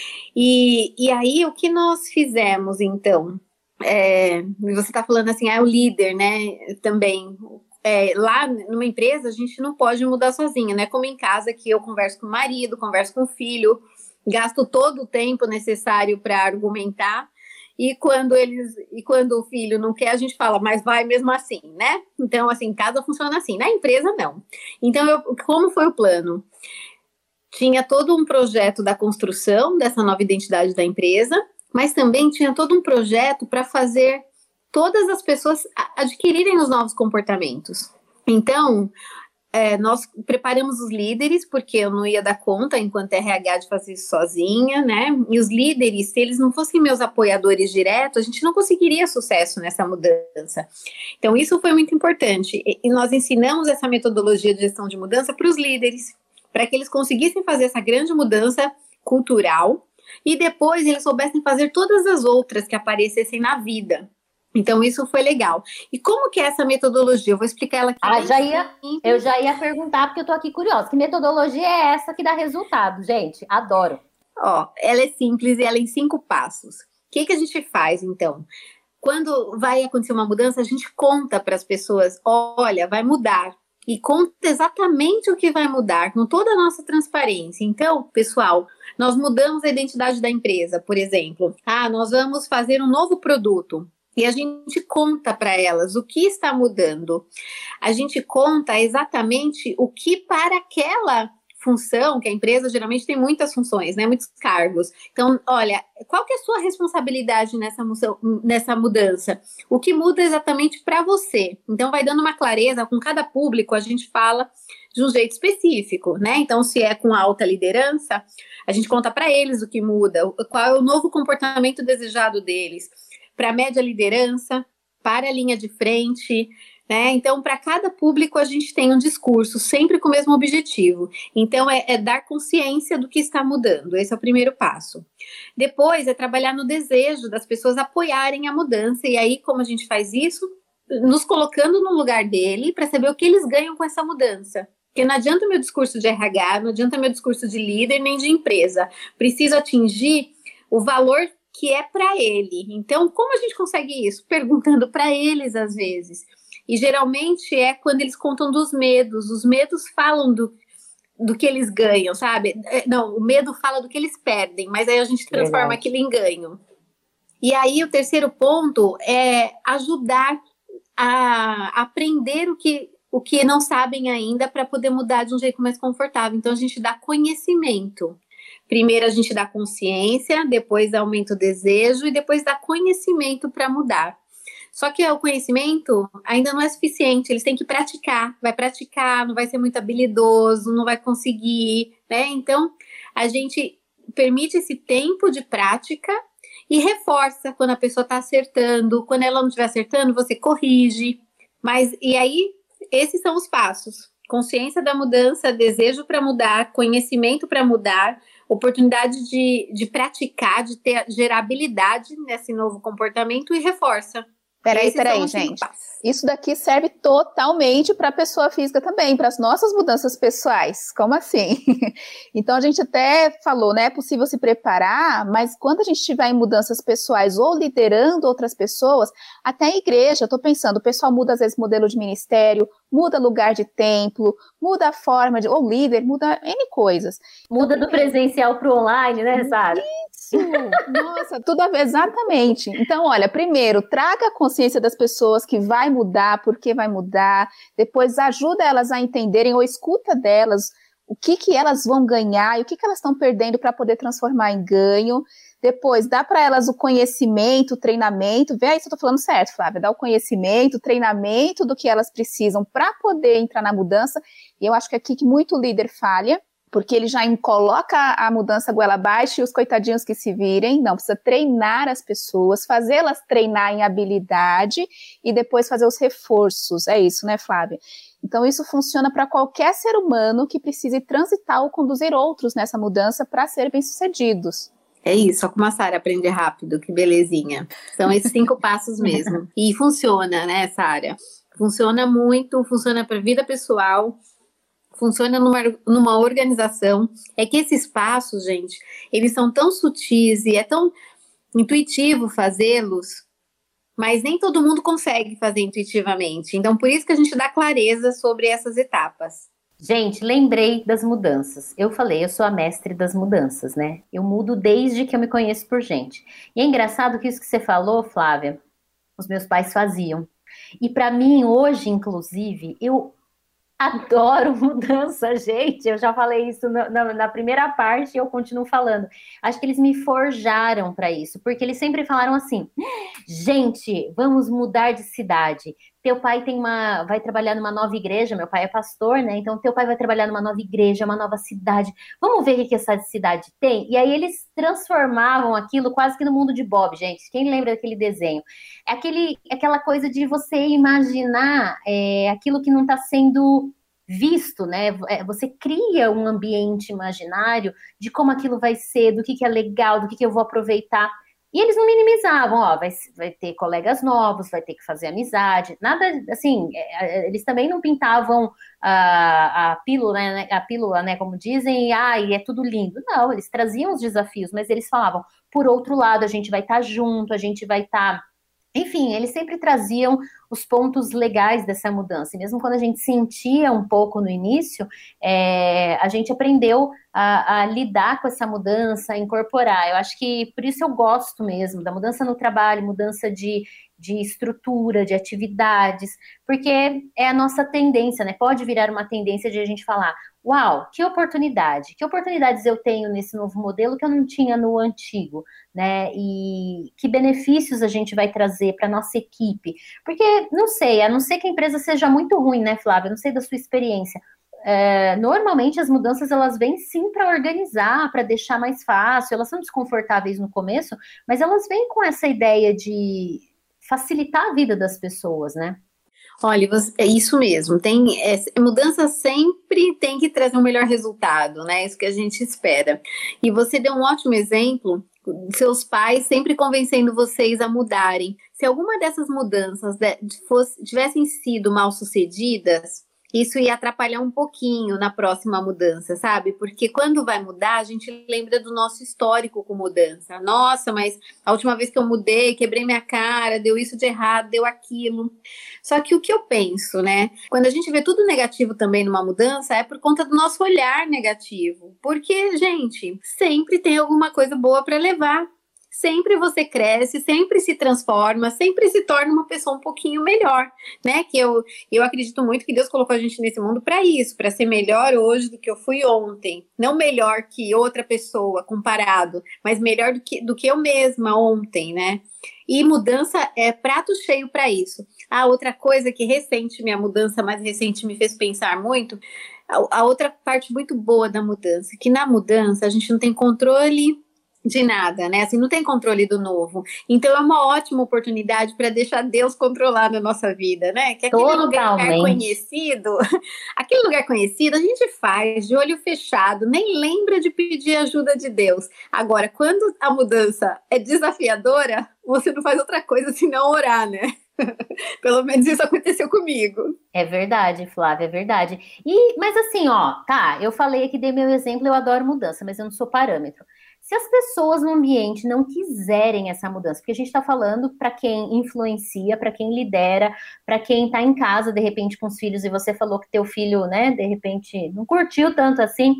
E, e aí, o que nós fizemos, então? É, você está falando assim, ah, é o líder, né, também, é, lá numa empresa a gente não pode mudar sozinha, né, como em casa que eu converso com o marido, converso com o filho, gasto todo o tempo necessário para argumentar, e quando eles, e quando o filho não quer, a gente fala, mas vai mesmo assim, né, então assim, em casa funciona assim, na empresa não. Então, eu, como foi o plano? Tinha todo um projeto da construção dessa nova identidade da empresa, mas também tinha todo um projeto para fazer todas as pessoas adquirirem os novos comportamentos. Então, é, nós preparamos os líderes, porque eu não ia dar conta, enquanto R H, de fazer isso sozinha, né? E os líderes, se eles não fossem meus apoiadores diretos, a gente não conseguiria sucesso nessa mudança. Então, isso foi muito importante. E, e nós ensinamos essa metodologia de gestão de mudança para os líderes, para que eles conseguissem fazer essa grande mudança cultural, e depois eles soubessem fazer todas as outras que aparecessem na vida. Então, isso foi legal. E como que é essa metodologia? Eu vou explicar ela aqui. Ah, já ia, eu já ia perguntar, porque eu tô aqui curiosa. Que metodologia é essa que dá resultado, gente? Adoro. Ó, ela é simples e ela é em cinco passos. O que que a gente faz, então? Quando vai acontecer uma mudança, a gente conta para as pessoas, olha, vai mudar. E conta exatamente o que vai mudar, com toda a nossa transparência. Então, pessoal, nós mudamos a identidade da empresa, por exemplo. Ah, nós vamos fazer um novo produto. E a gente conta para elas o que está mudando. A gente conta exatamente o que para aquela função, que a empresa geralmente tem muitas funções, né, muitos cargos. Então, olha, qual que é a sua responsabilidade nessa, nessa mudança? O que muda exatamente para você? Então, vai dando uma clareza, com cada público a gente fala de um jeito específico, né? Então, se é com alta liderança, a gente conta para eles o que muda, qual é o novo comportamento desejado deles. Para a média liderança, para a linha de frente, né? Então, para cada público, a gente tem um discurso, sempre com o mesmo objetivo. Então, é, é dar consciência do que está mudando. Esse é o primeiro passo. Depois, é trabalhar no desejo das pessoas apoiarem a mudança. E aí, como a gente faz isso? Nos colocando no lugar dele para saber o que eles ganham com essa mudança. Porque não adianta meu discurso de R H, não adianta meu discurso de líder, nem de empresa. Preciso atingir o valor que é para ele. Então, como a gente consegue isso? Perguntando para eles, às vezes. E geralmente é quando eles contam dos medos. Os medos falam do, do que eles ganham, sabe? Não, o medo fala do que eles perdem, mas aí a gente transforma Verdade. Aquilo em ganho. E aí o terceiro ponto é ajudar a aprender o que, o que não sabem ainda para poder mudar de um jeito mais confortável. Então a gente dá conhecimento. Primeiro a gente dá consciência, depois aumenta o desejo e depois dá conhecimento para mudar. Só que o conhecimento ainda não é suficiente, eles têm que praticar, vai praticar, não vai ser muito habilidoso, não vai conseguir, né? Então, a gente permite esse tempo de prática e reforça quando a pessoa está acertando, quando ela não estiver acertando, você corrige. Mas, e aí, esses são os passos. Consciência da mudança, desejo para mudar, conhecimento para mudar, oportunidade de, de praticar, de ter, gerar habilidade nesse novo comportamento e reforça. Peraí, peraí, gente. Isso daqui serve totalmente para a pessoa física também, para as nossas mudanças pessoais. Como assim? Então, a gente até falou, né? É possível se preparar, mas quando a gente estiver em mudanças pessoais ou liderando outras pessoas, até a igreja, eu estou pensando, o pessoal muda às vezes modelo de ministério, muda lugar de templo, muda a forma de, ou líder, muda N coisas. Muda então, do presencial para o online, né, Sara? Isso! Nossa, tudo a ver, exatamente. Então, olha, primeiro, traga a consciência das pessoas que vai mudar, por que vai mudar, depois ajuda elas a entenderem ou escuta delas o que, que elas vão ganhar e o que, que elas estão perdendo para poder transformar em ganho. Depois, dá para elas o conhecimento, o treinamento, vê aí se eu estou falando certo, Flávia, dá o conhecimento, o treinamento do que elas precisam para poder entrar na mudança, e eu acho que é aqui que muito líder falha, porque ele já coloca a mudança goela abaixo e os coitadinhos que se virem. Não, precisa treinar as pessoas, fazê-las treinar em habilidade e depois fazer os reforços. É isso, né, Flávia? Então, isso funciona para qualquer ser humano que precise transitar ou conduzir outros nessa mudança para ser bem-sucedidos. É isso, só como a Sara aprende rápido, que belezinha. São esses cinco passos mesmo. E funciona, né, Sara? Funciona muito, funciona para a vida pessoal, funciona numa, numa organização. É que esses passos, gente, eles são tão sutis e é tão intuitivo fazê-los, mas nem todo mundo consegue fazer intuitivamente. Então, por isso que a gente dá clareza sobre essas etapas. Gente, lembrei das mudanças. Eu falei, eu sou a mestre das mudanças, né? Eu mudo desde que eu me conheço por gente. E é engraçado que isso que você falou, Flávia, os meus pais faziam. E para mim, hoje, inclusive, eu adoro mudança, gente. Eu já falei isso na, na, na primeira parte e eu continuo falando. Acho que eles me forjaram para isso, porque eles sempre falaram assim: gente, vamos mudar de cidade. Teu pai tem uma, vai trabalhar numa nova igreja, meu pai é pastor, né? Então teu pai vai trabalhar numa nova igreja, uma nova cidade. Vamos ver o que essa cidade tem? E aí eles transformavam aquilo quase que no mundo de Bob, gente. Quem lembra daquele desenho? É aquele, aquela coisa de você imaginar é, aquilo que não está sendo visto, né? Você cria um ambiente imaginário de como aquilo vai ser, do que, que é legal, do que, que eu vou aproveitar. E eles não minimizavam, ó, vai, vai ter colegas novos, vai ter que fazer amizade, nada, assim, eles também não pintavam a, a pílula, né, a pílula, né, como dizem, e ai, é tudo lindo. Não, eles traziam os desafios, mas eles falavam, por outro lado, a gente vai estar junto, a gente vai estar... Enfim, eles sempre traziam os pontos legais dessa mudança. E mesmo quando a gente sentia um pouco no início, é, a gente aprendeu a, a lidar com essa mudança, a incorporar. Eu acho que por isso eu gosto mesmo da mudança no trabalho, mudança de, de estrutura, de atividades, porque é a nossa tendência, né? Pode virar uma tendência de a gente falar, uau, que oportunidade, que oportunidades eu tenho nesse novo modelo que eu não tinha no antigo, né? E que benefícios a gente vai trazer para nossa equipe? Porque, não sei, a não ser que a empresa seja muito ruim, né, Flávia? Não sei da sua experiência. É, normalmente as mudanças elas vêm sim para organizar, para deixar mais fácil, elas são desconfortáveis no começo, mas elas vêm com essa ideia de facilitar a vida das pessoas, né? Olha, você, é isso mesmo, tem, é, mudança sempre tem que trazer um melhor resultado, né? Isso que a gente espera. E você deu um ótimo exemplo, seus pais sempre convencendo vocês a mudarem. Se alguma dessas mudanças de, fosse, tivessem sido mal sucedidas, isso ia atrapalhar um pouquinho na próxima mudança, sabe? Porque quando vai mudar, a gente lembra do nosso histórico com mudança. Nossa, mas a última vez que eu mudei, quebrei minha cara, deu isso de errado, deu aquilo. Só que o que eu penso, né? Quando a gente vê tudo negativo também numa mudança, é por conta do nosso olhar negativo. Porque, gente, sempre tem alguma coisa boa para levar. Sempre você cresce, sempre se transforma, sempre se torna uma pessoa um pouquinho melhor, né? Que eu, eu acredito muito que Deus colocou a gente nesse mundo para isso, para ser melhor hoje do que eu fui ontem. Não melhor que outra pessoa comparado, mas melhor do que, do que eu mesma ontem, né? E mudança é prato cheio para isso. Ah, outra coisa que recente, minha mudança mais recente me fez pensar muito, a, a outra parte muito boa da mudança, que na mudança a gente não tem controle de nada, né? Assim, não tem controle do novo. Então é uma ótima oportunidade para deixar Deus controlar na nossa vida, né? Que aquele Totalmente. lugar conhecido, aquele lugar conhecido a gente faz de olho fechado, nem lembra de pedir ajuda de Deus. Agora, quando a mudança é desafiadora, você não faz outra coisa senão orar, né? Pelo menos isso aconteceu comigo. É verdade, Flávia, é verdade. E, mas assim, ó, tá, eu falei aqui, dei meu exemplo, eu adoro mudança, mas eu não sou parâmetro. Se as pessoas no ambiente não quiserem essa mudança, porque a gente está falando para quem influencia, para quem lidera, para quem está em casa, de repente, com os filhos, e você falou que teu filho, né, de repente, não curtiu tanto assim,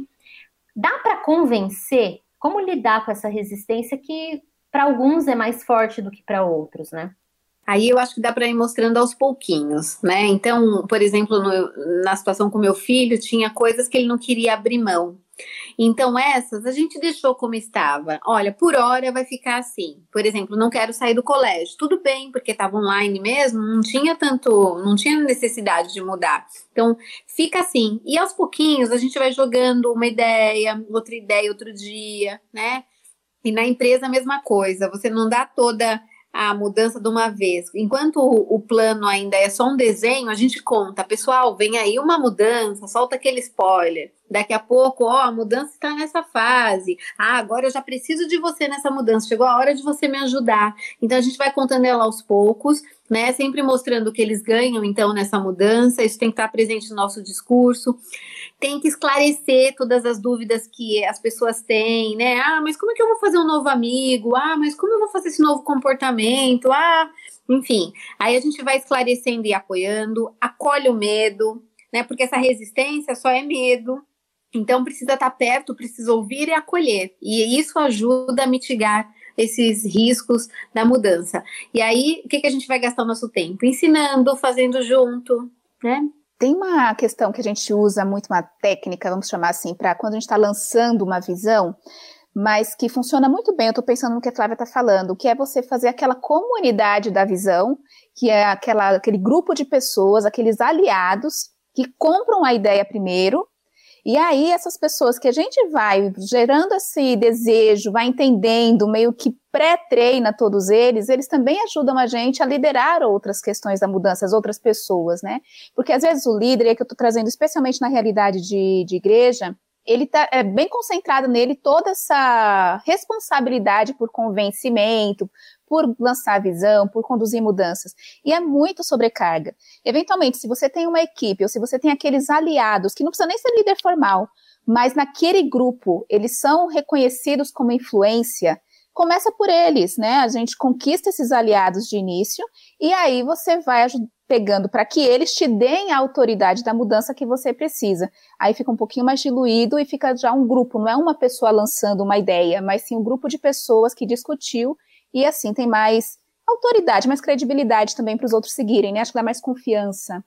dá para convencer? Como lidar com essa resistência que para alguns é mais forte do que para outros, né? Aí eu acho que dá para ir mostrando aos pouquinhos, né? Então, por exemplo, no, na situação com meu filho, tinha coisas que ele não queria abrir mão. Então essas a gente deixou como estava. Olha, por hora vai ficar assim. Por exemplo, não quero sair do colégio. Tudo bem, porque estava online mesmo, não tinha tanto, não tinha necessidade de mudar. Então fica assim. E aos pouquinhos a gente vai jogando uma ideia, outra ideia outro dia, né? E na empresa a mesma coisa. Você não dá toda a mudança de uma vez. Enquanto o, o plano ainda é só um desenho, a gente conta, pessoal, vem aí uma mudança, solta aquele spoiler. Daqui a pouco, ó, a mudança está nessa fase. Ah, agora eu já preciso de você nessa mudança. Chegou a hora de você me ajudar. Então a gente vai contando ela aos poucos, né? Sempre mostrando o que eles ganham, então, nessa mudança. Isso tem que estar presente no nosso discurso. Tem que esclarecer todas as dúvidas que as pessoas têm, né? Ah, mas como é que eu vou fazer um novo amigo? Ah, mas como eu vou fazer esse novo comportamento? Ah, enfim. Aí a gente vai esclarecendo e apoiando, acolhe o medo, né? Porque essa resistência só é medo. Então precisa estar perto, precisa ouvir e acolher. E isso ajuda a mitigar esses riscos da mudança. E aí, o que, que a gente vai gastar o nosso tempo? Ensinando, fazendo junto, né? Tem uma questão que a gente usa muito, uma técnica, vamos chamar assim, para quando a gente está lançando uma visão, mas que funciona muito bem, eu estou pensando no que a Flávia está falando, que é você fazer aquela comunidade da visão, que é aquela, aquele grupo de pessoas, aqueles aliados que compram a ideia primeiro. E aí essas pessoas que a gente vai gerando esse desejo, vai entendendo, meio que pré-treina todos eles, eles também ajudam a gente a liderar outras questões da mudança, as outras pessoas, né? Porque às vezes o líder, é que eu estou trazendo especialmente na realidade de, de igreja, ele tá é bem concentrado nele toda essa responsabilidade por convencimento, por lançar a visão, por conduzir mudanças. E é muito sobrecarga. Eventualmente, se você tem uma equipe, ou se você tem aqueles aliados, que não precisa nem ser líder formal, mas naquele grupo, eles são reconhecidos como influência, começa por eles, né? A gente conquista esses aliados de início, e aí você vai pegando para que eles te deem a autoridade da mudança que você precisa. Aí fica um pouquinho mais diluído e fica já um grupo, não é uma pessoa lançando uma ideia, mas sim um grupo de pessoas que discutiu. E assim, tem mais autoridade, mais credibilidade também para os outros seguirem, né? Acho que dá mais confiança.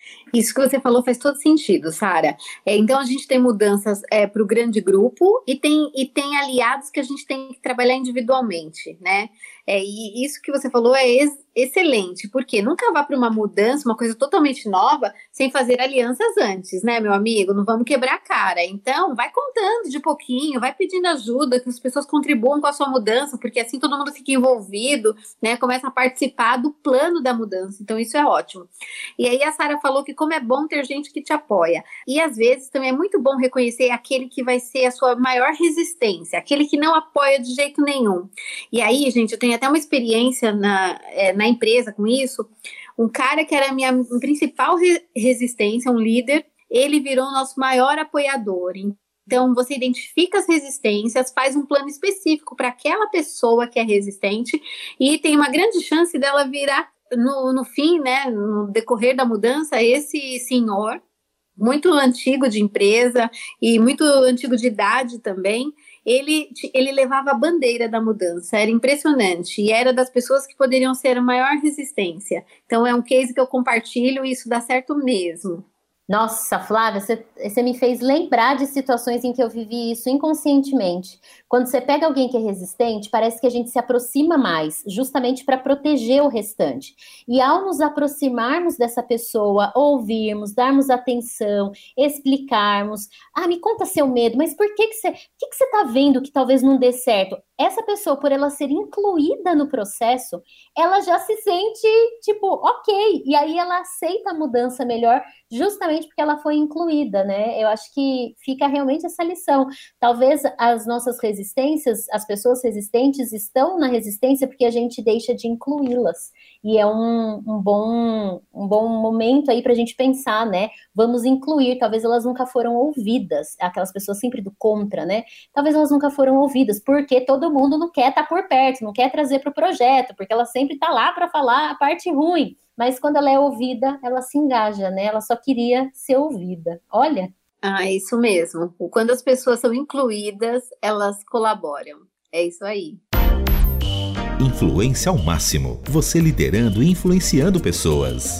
Isso que você falou faz todo sentido, Sara. É, então a gente tem mudanças é, para o grande grupo e tem, e tem aliados que a gente tem que trabalhar individualmente, né? É, e isso que você falou é ex- excelente, porque nunca vá para uma mudança, uma coisa totalmente nova, sem fazer alianças antes, né, meu amigo? Não vamos quebrar a cara. Então, vai contando de pouquinho, vai pedindo ajuda, que as pessoas contribuam com a sua mudança, porque assim todo mundo fica envolvido, né? Começa a participar do plano da mudança. Então, isso é ótimo. E aí a Sara falou que como é bom ter gente que te apoia. E às vezes também é muito bom reconhecer aquele que vai ser a sua maior resistência, aquele que não apoia de jeito nenhum. E aí, gente, eu tenho até uma experiência na, é, na empresa com isso. Um cara que era a minha principal re- resistência, um líder, ele virou o nosso maior apoiador. Então, você identifica as resistências, faz um plano específico para aquela pessoa que é resistente e tem uma grande chance dela virar No, no fim, né, no decorrer da mudança, esse senhor, muito antigo de empresa e muito antigo de idade também, ele, ele levava a bandeira da mudança, era impressionante, e era das pessoas que poderiam ser a maior resistência. Então é um case que eu compartilho e isso dá certo mesmo. Nossa, Flávia, você, você me fez lembrar de situações em que eu vivi isso inconscientemente. Quando você pega alguém que é resistente, parece que a gente se aproxima mais, justamente para proteger o restante. E ao nos aproximarmos dessa pessoa, ouvirmos, darmos atenção, explicarmos, ah, me conta seu medo, mas por que que você, que que você está vendo que talvez não dê certo? Essa pessoa, por ela ser incluída no processo, ela já se sente, tipo, ok. E aí ela aceita a mudança melhor, justamente porque ela foi incluída, né? Eu acho que fica realmente essa lição. Talvez as nossas resistências, as pessoas resistentes estão na resistência porque a gente deixa de incluí-las. E é um, um, bom, um bom momento aí para a gente pensar, né? Vamos incluir, talvez elas nunca foram ouvidas, aquelas pessoas sempre do contra, né? Talvez elas nunca foram ouvidas, porque todo mundo não quer estar por perto, não quer trazer para o projeto, porque ela sempre está lá para falar a parte ruim. Mas quando ela é ouvida, ela se engaja, né? Ela só queria ser ouvida. Olha. Ah, isso mesmo. Quando as pessoas são incluídas, elas colaboram. É isso aí. Influência ao máximo. Você liderando e influenciando pessoas.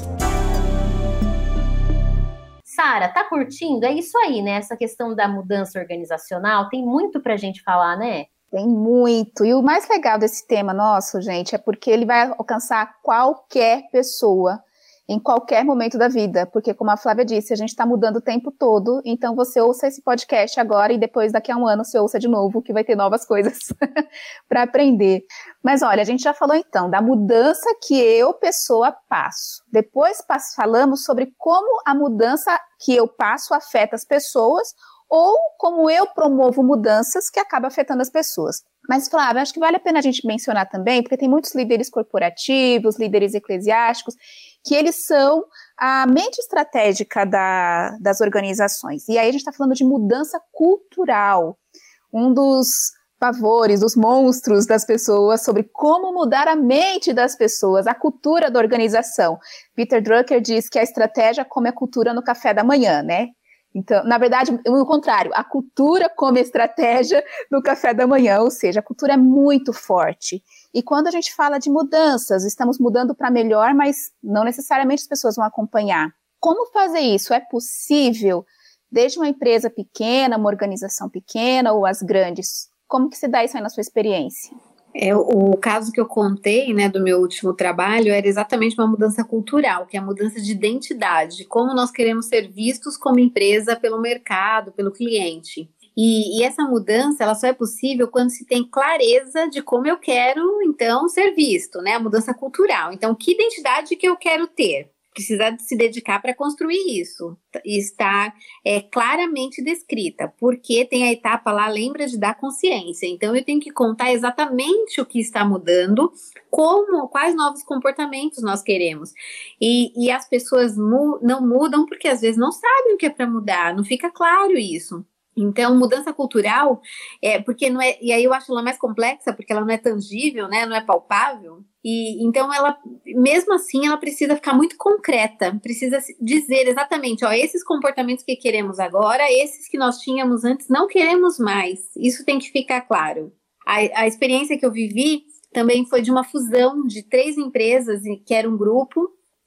Sara, tá curtindo? É isso aí, né? Essa questão da mudança organizacional, tem muito pra gente falar, né? Tem muito. E o mais legal desse tema nosso, gente, é porque ele vai alcançar qualquer pessoa, em qualquer momento da vida. Porque, como a Flávia disse, a gente está mudando o tempo todo. Então, você ouça esse podcast agora e depois, daqui a um ano, você ouça de novo, que vai ter novas coisas para aprender. Mas, olha, a gente já falou, então, da mudança que eu, pessoa, passo. Depois, falamos sobre como a mudança que eu passo afeta as pessoas ou como eu promovo mudanças que acabam afetando as pessoas. Mas, Flávia, acho que vale a pena a gente mencionar também, porque tem muitos líderes corporativos, líderes eclesiásticos, que eles são a mente estratégica da, das organizações. E aí a gente está falando de mudança cultural, um dos pavores, dos monstros das pessoas, sobre como mudar a mente das pessoas, a cultura da organização. Peter Drucker diz que a estratégia come a cultura no café da manhã, né? Então, na verdade, o contrário, a cultura come a estratégia no café da manhã, ou seja, a cultura é muito forte. E quando a gente fala de mudanças, estamos mudando para melhor, mas não necessariamente as pessoas vão acompanhar. Como fazer isso? É possível, desde uma empresa pequena, uma organização pequena ou as grandes? Como que se dá isso aí na sua experiência? É, o caso que eu contei, né, do meu último trabalho era exatamente uma mudança cultural, que é a mudança de identidade, como nós queremos ser vistos como empresa pelo mercado, pelo cliente. E, e essa mudança, ela só é possível quando se tem clareza de como eu quero, então, ser visto, né, a mudança cultural. Então, que identidade que eu quero ter? Precisa se dedicar para construir isso e estar é, claramente descrita, porque tem a etapa lá, lembra de dar consciência. Então, eu tenho que contar exatamente o que está mudando, como, quais novos comportamentos nós queremos. E, e as pessoas mu- não mudam porque às vezes não sabem o que é para mudar, não fica claro isso. Então, mudança cultural, é, porque não é, e aí eu acho ela mais complexa, porque ela não é tangível, né, não é palpável, e então ela, mesmo assim, ela precisa ficar muito concreta, precisa dizer exatamente, ó, esses comportamentos que queremos agora, esses que nós tínhamos antes, não queremos mais, isso tem que ficar claro. A, a experiência que eu vivi também foi de uma fusão de três empresas, que era um grupo,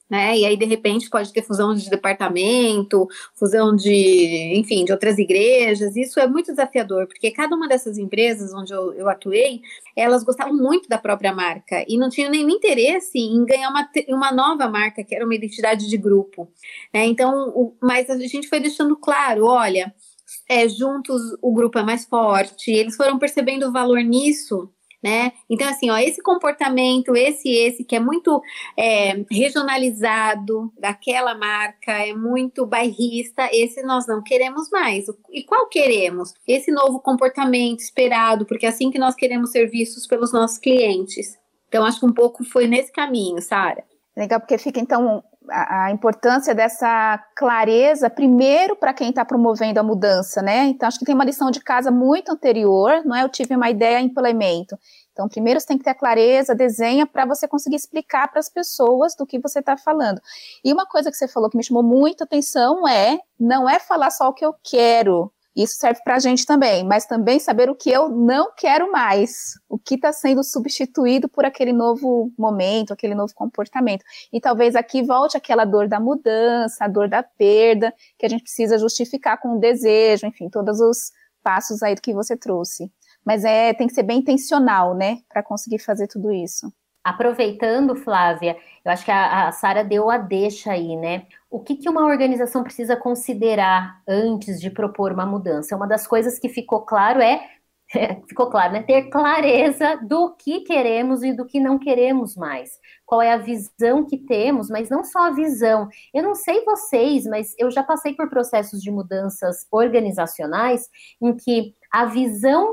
né? E aí, de repente, pode ter fusão de departamento, fusão de, enfim, de outras igrejas. Isso é muito desafiador, porque cada uma dessas empresas onde eu, eu atuei, elas gostavam muito da própria marca e não tinham nenhum interesse em ganhar uma, uma nova marca, que era uma identidade de grupo, né? Então, o, mas a gente foi deixando claro, olha, é, juntos o grupo é mais forte, eles foram percebendo o valor nisso, né? Então, assim, ó, esse comportamento, esse, esse, que é muito é, regionalizado daquela marca, é muito bairrista, esse nós não queremos mais. E qual queremos? Esse novo comportamento esperado, porque é assim que nós queremos ser vistos pelos nossos clientes. Então, acho que um pouco foi nesse caminho, Sara. Legal, porque fica, então, a, a importância dessa clareza, primeiro, para quem está promovendo a mudança, né? Então, acho que tem uma lição de casa muito anterior, não é? Eu tive uma ideia, implemento. Então, primeiro você tem que ter a clareza, desenha, para você conseguir explicar para as pessoas do que você está falando. E uma coisa que você falou que me chamou muita atenção é, não é falar só o que eu quero. Isso serve para a gente também, mas também saber o que eu não quero mais, o que está sendo substituído por aquele novo momento, aquele novo comportamento. E talvez aqui volte aquela dor da mudança, a dor da perda, que a gente precisa justificar com o desejo, enfim, todos os passos aí do que você trouxe. Mas é, tem que ser bem intencional, né, para conseguir fazer tudo isso. Aproveitando, Flávia, eu acho que a, a Sara deu a deixa aí, né? O que, que uma organização precisa considerar antes de propor uma mudança? Uma das coisas que ficou claro é, ficou claro, né? Ter clareza do que queremos e do que não queremos mais. Qual é a visão que temos, mas não só a visão. Eu não sei vocês, mas eu já passei por processos de mudanças organizacionais em que a visão,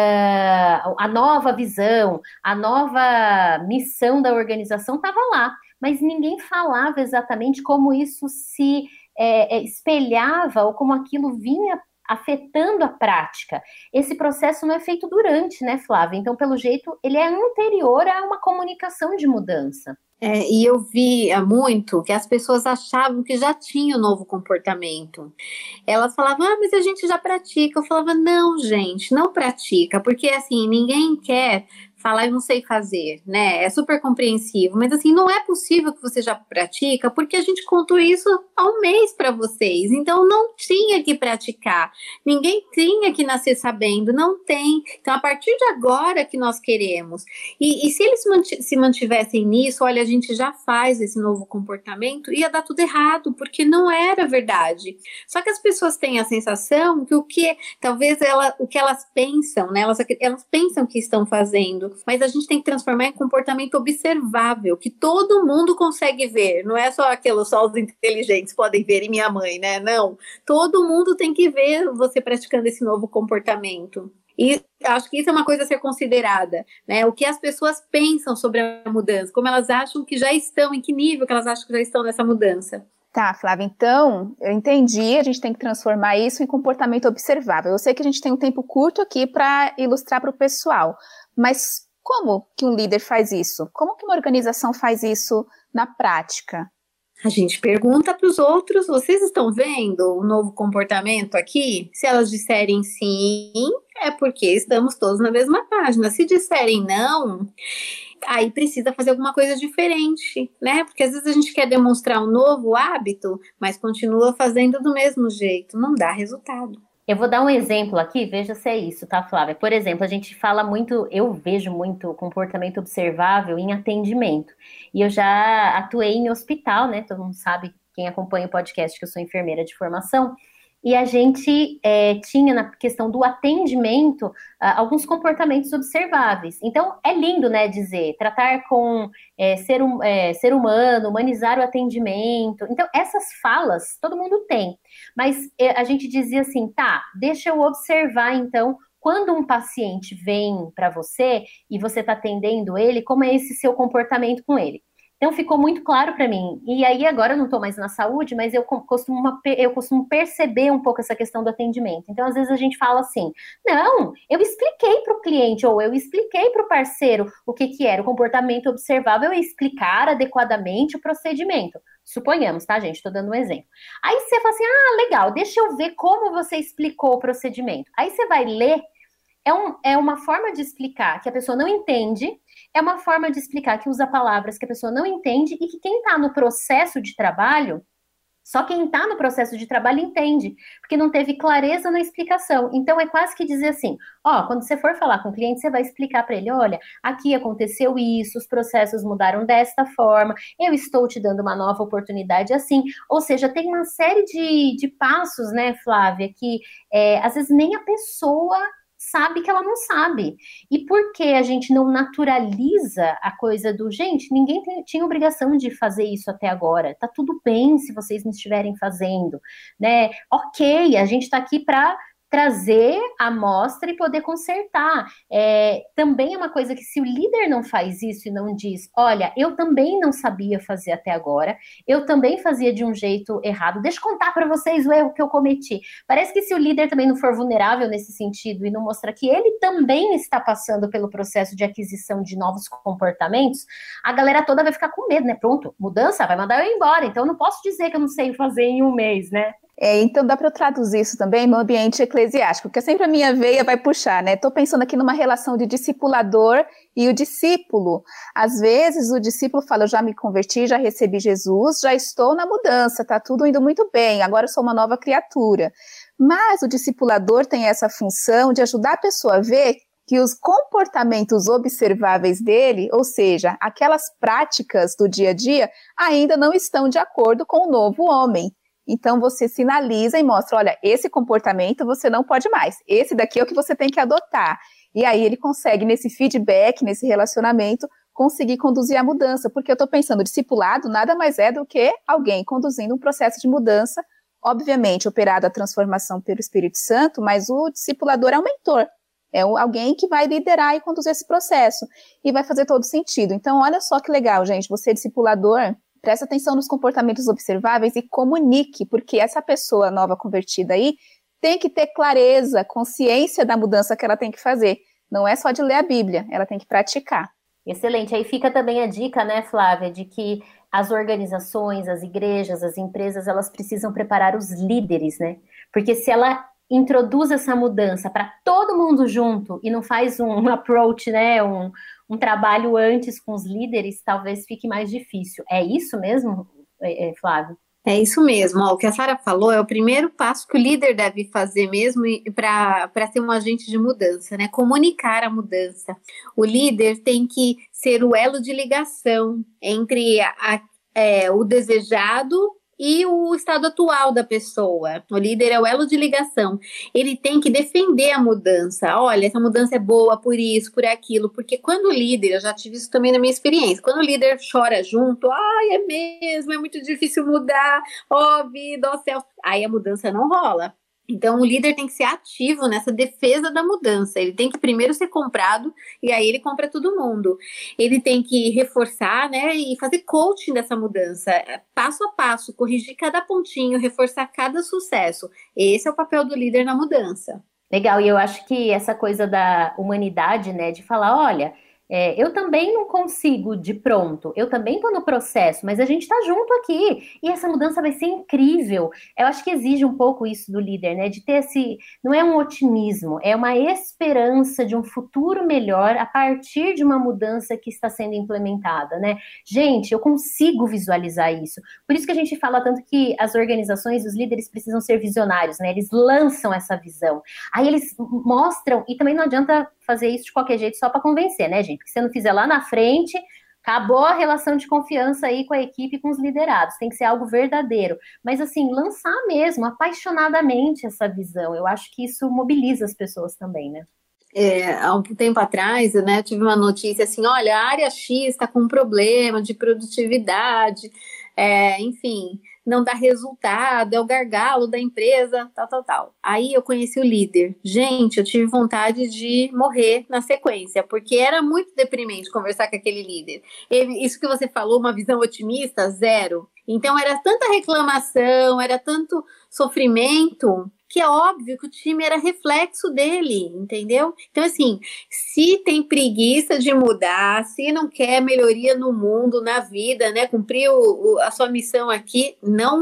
é, a nova visão, a nova missão da organização estava lá, mas ninguém falava exatamente como isso se é, espelhava ou como aquilo vinha afetando a prática. Esse processo não é feito durante, né, Flávia? Então, pelo jeito, ele é anterior a uma comunicação de mudança. É, e eu via muito que as pessoas achavam que já tinha o novo comportamento. Elas falavam, ah, mas a gente já pratica. Eu falava, não, gente, não pratica, porque assim, ninguém quer falar, eu não sei fazer, né? É super compreensivo, mas assim, não é possível que você já pratica, porque a gente contou isso há um mês para vocês, então não tinha que praticar, ninguém tinha que nascer sabendo, não tem. Então, a partir de agora que nós queremos, e, e se eles manti- se mantivessem nisso, olha, a gente já faz esse novo comportamento, ia dar tudo errado, porque não era verdade. Só que as pessoas têm a sensação que o que, talvez ela, o que elas pensam, né? Elas, elas pensam que estão fazendo, mas a gente tem que transformar em comportamento observável, que todo mundo consegue ver, não é só aqueles, só os inteligentes podem ver e minha mãe, né? Não, todo mundo tem que ver você praticando esse novo comportamento. E acho que isso é uma coisa a ser considerada, né? O que as pessoas pensam sobre a mudança, como elas acham que já estão, em que nível que elas acham que já estão nessa mudança. Tá, Flávia, então, eu entendi, a gente tem que transformar isso em comportamento observável. Eu sei que a gente tem um tempo curto aqui para ilustrar para o pessoal, mas como que um líder faz isso? Como que uma organização faz isso na prática? A gente pergunta para os outros, vocês estão vendo o novo comportamento aqui? Se elas disserem sim, é porque estamos todos na mesma página. Se disserem não, aí precisa fazer alguma coisa diferente, né? Porque às vezes a gente quer demonstrar um novo hábito, mas continua fazendo do mesmo jeito, não dá resultado. Eu vou dar um exemplo aqui, veja se é isso, tá, Flávia? Por exemplo, a gente fala muito, eu vejo muito comportamento observável em atendimento. E eu já atuei em hospital, né? Todo mundo sabe, quem acompanha o podcast, que eu sou enfermeira de formação. E a gente é, tinha na questão do atendimento uh, alguns comportamentos observáveis. Então, é lindo, né, dizer, tratar com é, ser, um, é, ser humano, humanizar o atendimento. Então, essas falas todo mundo tem. Mas é, a gente dizia assim, tá, deixa eu observar, então, quando um paciente vem para você e você está atendendo ele, como é esse seu comportamento com ele? Então, ficou muito claro para mim. E aí, agora eu não estou mais na saúde, mas eu costumo, eu costumo perceber um pouco essa questão do atendimento. Então, às vezes a gente fala assim, não, eu expliquei para o cliente, ou eu expliquei para o parceiro o que, que era o comportamento observável e explicar adequadamente o procedimento. Suponhamos, tá, gente? Estou dando um exemplo. Aí você fala assim, ah, legal, deixa eu ver como você explicou o procedimento. Aí você vai ler é, um, é uma forma de explicar que a pessoa não entende, é uma forma de explicar que usa palavras que a pessoa não entende e que quem está no processo de trabalho, só quem está no processo de trabalho entende, porque não teve clareza na explicação. Então, é quase que dizer assim, ó, quando você for falar com o cliente, você vai explicar para ele, olha, aqui aconteceu isso, os processos mudaram desta forma, eu estou te dando uma nova oportunidade assim. Ou seja, tem uma série de, de passos, né, Flávia, que é, às vezes nem a pessoa sabe que ela não sabe. E por que a gente não naturaliza a coisa do, gente, ninguém tem, tinha obrigação de fazer isso até agora, tá tudo bem se vocês não estiverem fazendo, né? Ok, a gente tá aqui para trazer a amostra e poder consertar. É, também é uma coisa que se o líder não faz isso e não diz, olha, eu também não sabia fazer até agora, eu também fazia de um jeito errado, deixa eu contar para vocês o erro que eu cometi. Parece que se o líder também não for vulnerável nesse sentido e não mostrar que ele também está passando pelo processo de aquisição de novos comportamentos, a galera toda vai ficar com medo, né? Pronto, mudança, vai mandar eu embora, então eu não posso dizer que eu não sei fazer em um mês, né? É, então dá para eu traduzir isso também no ambiente eclesiástico, porque sempre a minha veia vai puxar, né? Estou pensando aqui numa relação de discipulador e o discípulo. Às vezes o discípulo fala, eu já me converti, já recebi Jesus, já estou na mudança, tá tudo indo muito bem, agora eu sou uma nova criatura. Mas o discipulador tem essa função de ajudar a pessoa a ver que os comportamentos observáveis dele, ou seja, aquelas práticas do dia a dia, ainda não estão de acordo com o novo homem. Então, você sinaliza e mostra, olha, esse comportamento você não pode mais, esse daqui é o que você tem que adotar. E aí ele consegue, nesse feedback, nesse relacionamento, conseguir conduzir a mudança, porque eu estou pensando, discipulado nada mais é do que alguém conduzindo um processo de mudança, obviamente operado a transformação pelo Espírito Santo, mas o discipulador é um mentor, é alguém que vai liderar e conduzir esse processo, e vai fazer todo sentido. Então, olha só que legal, gente, você discipulador, presta atenção nos comportamentos observáveis e comunique, porque essa pessoa nova convertida aí tem que ter clareza, consciência da mudança que ela tem que fazer. Não é só de ler a Bíblia, ela tem que praticar. Excelente. Aí fica também a dica, né, Flávia, de que as organizações, as igrejas, as empresas, elas precisam preparar os líderes, né? Porque se ela introduz essa mudança para todo mundo junto e não faz um approach, né, um, um trabalho antes com os líderes, talvez fique mais difícil. É isso mesmo, Flávio? É isso mesmo. Ó, o que a Sara falou é o primeiro passo que o líder deve fazer mesmo para ser um agente de mudança, né? Comunicar a mudança. O líder tem que ser o elo de ligação entre a, a, é, o desejado e o estado atual da pessoa. O líder é o elo de ligação. Ele tem que defender a mudança. Olha, essa mudança é boa por isso, por aquilo. Porque quando o líder, eu já tive isso também na minha experiência, quando o líder chora junto, ai, é mesmo, é muito difícil mudar, ó oh, vida, ó oh, céu. Aí a mudança não rola. Então, o líder tem que ser ativo nessa defesa da mudança. Ele tem que primeiro ser comprado e aí ele compra todo mundo. Ele tem que reforçar, né, e fazer coaching dessa mudança, passo a passo, corrigir cada pontinho, reforçar cada sucesso. Esse é o papel do líder na mudança. Legal, e eu acho que essa coisa da humanidade, né, de falar, olha, é, eu também não consigo de pronto, eu também estou no processo, mas a gente está junto aqui, e essa mudança vai ser incrível. Eu acho que exige um pouco isso do líder, né, de ter esse, não é um otimismo, é uma esperança de um futuro melhor a partir de uma mudança que está sendo implementada, né. Gente, eu consigo visualizar isso, por isso que a gente fala tanto que as organizações, os líderes precisam ser visionários, né, eles lançam essa visão, aí eles mostram, e também não adianta fazer isso de qualquer jeito só para convencer, né, gente? Porque se você não fizer lá na frente, acabou a relação de confiança aí com a equipe e com os liderados. Tem que ser algo verdadeiro. Mas, assim, lançar mesmo, apaixonadamente essa visão. Eu acho que isso mobiliza as pessoas também, né? É, há um tempo atrás, né, eu tive uma notícia assim, olha, a área X está com um problema de produtividade, é, enfim, não dá resultado, é o gargalo da empresa, tal, tal, tal. Aí eu conheci o líder. Gente, eu tive vontade de morrer na sequência, porque era muito deprimente conversar com aquele líder. Ele, isso que você falou, uma visão otimista, zero. Então era tanta reclamação, era tanto sofrimento, que é óbvio que o time era reflexo dele, entendeu? Então, assim, se tem preguiça de mudar, se não quer melhoria no mundo, na vida, né, cumprir o, o, a sua missão aqui, não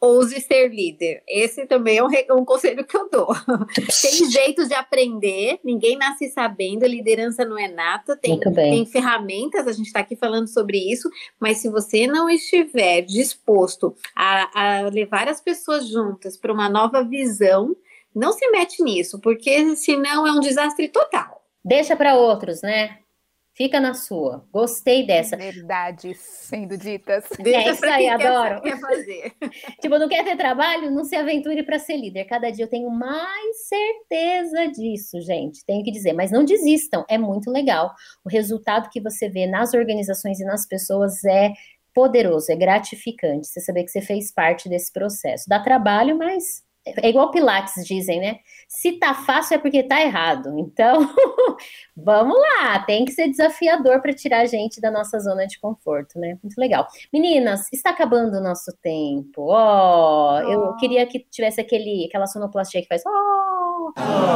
ouse ser líder. Esse também é um, um conselho que eu dou. Tem jeitos de aprender, ninguém nasce sabendo, liderança não é nata, tem, tem ferramentas, a gente está aqui falando sobre isso, mas se você não estiver disposto a, a levar as pessoas juntas para uma nova visão, não se mete nisso, porque senão é um desastre total. Deixa para outros, né? Fica na sua. Gostei dessa. Verdades sendo ditas. É isso aí, adoro. Quer fazer. Tipo, não quer ter trabalho? Não se aventure para ser líder. Cada dia eu tenho mais certeza disso, gente. Tenho que dizer. Mas não desistam. É muito legal. O resultado que você vê nas organizações e nas pessoas é poderoso, é gratificante. Você saber que você fez parte desse processo. Dá trabalho, mas... é igual Pilates dizem, né? Se tá fácil é porque tá errado. Então, vamos lá. Tem que ser desafiador para tirar a gente da nossa zona de conforto, né? Muito legal. Meninas, está acabando o nosso tempo. Ó, oh, oh. Eu queria que tivesse aquele, aquela sonoplastia que faz... Oh.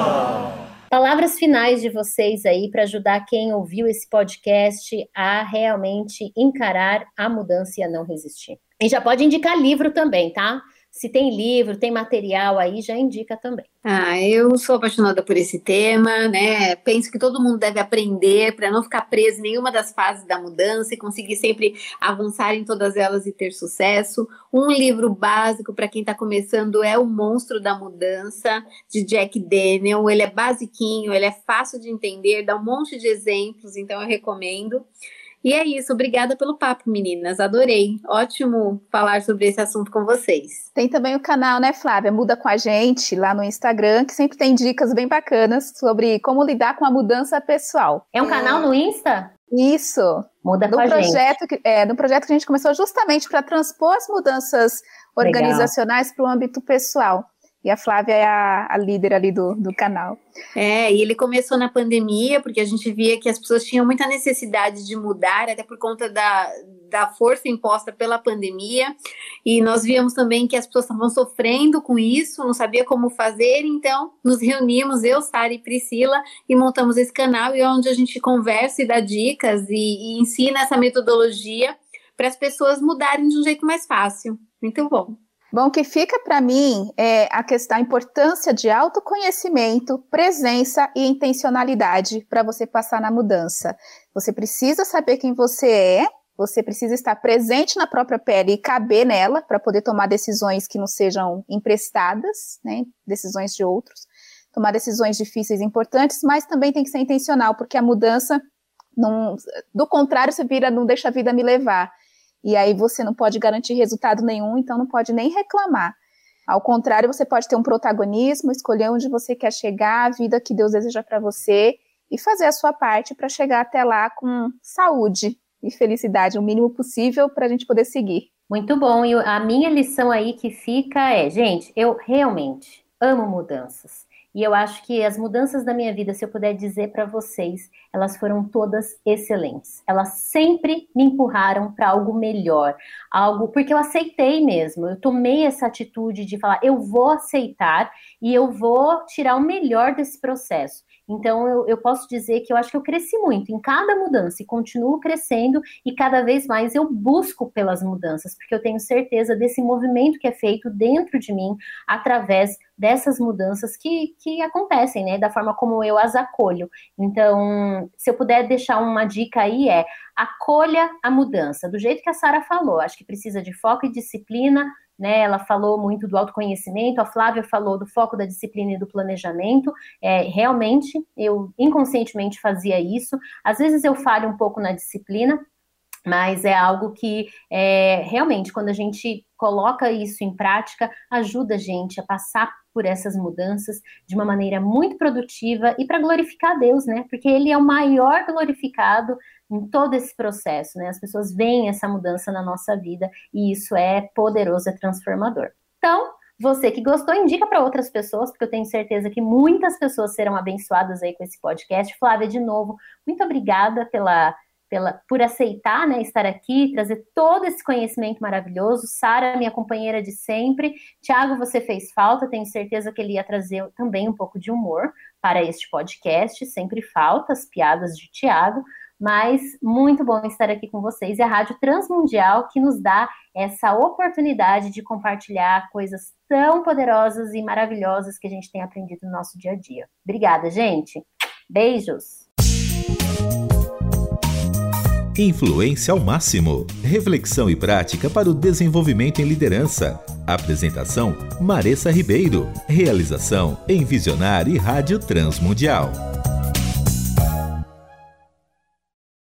Oh. Palavras finais de vocês aí para ajudar quem ouviu esse podcast a realmente encarar a mudança e a não resistir. E já pode indicar livro também, tá? Se tem livro, tem material aí, já indica também. Ah, eu sou apaixonada por esse tema, né? Penso que todo mundo deve aprender para não ficar preso em nenhuma das fases da mudança e conseguir sempre avançar em todas elas e ter sucesso. Um livro básico para quem está começando é O Monstro da Mudança, de Jack Daniel. Ele é basiquinho, ele é fácil de entender, dá um monte de exemplos, então eu recomendo. E é isso, obrigada pelo papo, meninas, adorei, ótimo falar sobre esse assunto com vocês. Tem também o canal, né, Flávia, Muda com a Gente, lá no Instagram, que sempre tem dicas bem bacanas sobre como lidar com a mudança pessoal. É um canal no Insta? Isso. Muda no com a projeto, gente. É, no projeto que a gente começou justamente para transpor as mudanças organizacionais para o âmbito pessoal. E a Flávia é a, a líder ali do, do canal. É, e ele começou na pandemia, porque a gente via que as pessoas tinham muita necessidade de mudar, até por conta da, da força imposta pela pandemia, e nós víamos também que as pessoas estavam sofrendo com isso, não sabia como fazer, então nos reunimos, eu, Sara e Priscila, e montamos esse canal, e é onde a gente conversa e dá dicas, e, e ensina essa metodologia para as pessoas mudarem de um jeito mais fácil. Muito bom. Bom, o que fica para mim é a questão, a importância de autoconhecimento, presença e intencionalidade para você passar na mudança. Você precisa saber quem você é, você precisa estar presente na própria pele e caber nela para poder tomar decisões que não sejam emprestadas, né, decisões de outros, tomar decisões difíceis e importantes, mas também tem que ser intencional, porque a mudança, não, do contrário, você vira, não deixa a vida me levar. E aí você não pode garantir resultado nenhum, então não pode nem reclamar. Ao contrário, você pode ter um protagonismo, escolher onde você quer chegar, a vida que Deus deseja para você e fazer a sua parte para chegar até lá com saúde e felicidade, o mínimo possível para a gente poder seguir. Muito bom, e a minha lição aí que fica é, gente, eu realmente amo mudanças. E eu acho que as mudanças da minha vida, se eu puder dizer para vocês, elas foram todas excelentes. Elas sempre me empurraram para algo melhor, algo porque eu aceitei mesmo. Eu tomei essa atitude de falar, eu vou aceitar e eu vou tirar o melhor desse processo. Então, eu, eu posso dizer que eu acho que eu cresci muito em cada mudança e continuo crescendo e cada vez mais eu busco pelas mudanças, porque eu tenho certeza desse movimento que é feito dentro de mim através dessas mudanças que, que acontecem, né? Da forma como eu as acolho. Então, se eu puder deixar uma dica aí é, acolha a mudança, do jeito que a Sara falou. Acho que precisa de foco e disciplina, né? Ela falou muito do autoconhecimento, a Flávia falou do foco da disciplina e do planejamento. É, realmente, eu inconscientemente fazia isso. Às vezes eu falho um pouco na disciplina, mas é algo que é, realmente, quando a gente coloca isso em prática, ajuda a gente a passar por essas mudanças de uma maneira muito produtiva e para glorificar a Deus, né? Porque Ele é o maior glorificado em todo esse processo, né? As pessoas veem essa mudança na nossa vida e isso é poderoso, é transformador. Então, você que gostou, indica para outras pessoas, porque eu tenho certeza que muitas pessoas serão abençoadas aí com esse podcast. Flávia, de novo, muito obrigada pela... Pela, por aceitar, né, estar aqui, trazer todo esse conhecimento maravilhoso. Sara, minha companheira de sempre. Tiago, você fez falta, tenho certeza que ele ia trazer também um pouco de humor para este podcast, sempre falta as piadas de Tiago, mas muito bom estar aqui com vocês. E a Rádio Transmundial que nos dá essa oportunidade de compartilhar coisas tão poderosas e maravilhosas que a gente tem aprendido no nosso dia a dia. Obrigada, gente. Beijos. Influência ao máximo. Reflexão e prática para o desenvolvimento em liderança. Apresentação: Maressa Ribeiro. Realização: Envisionar e Rádio Transmundial.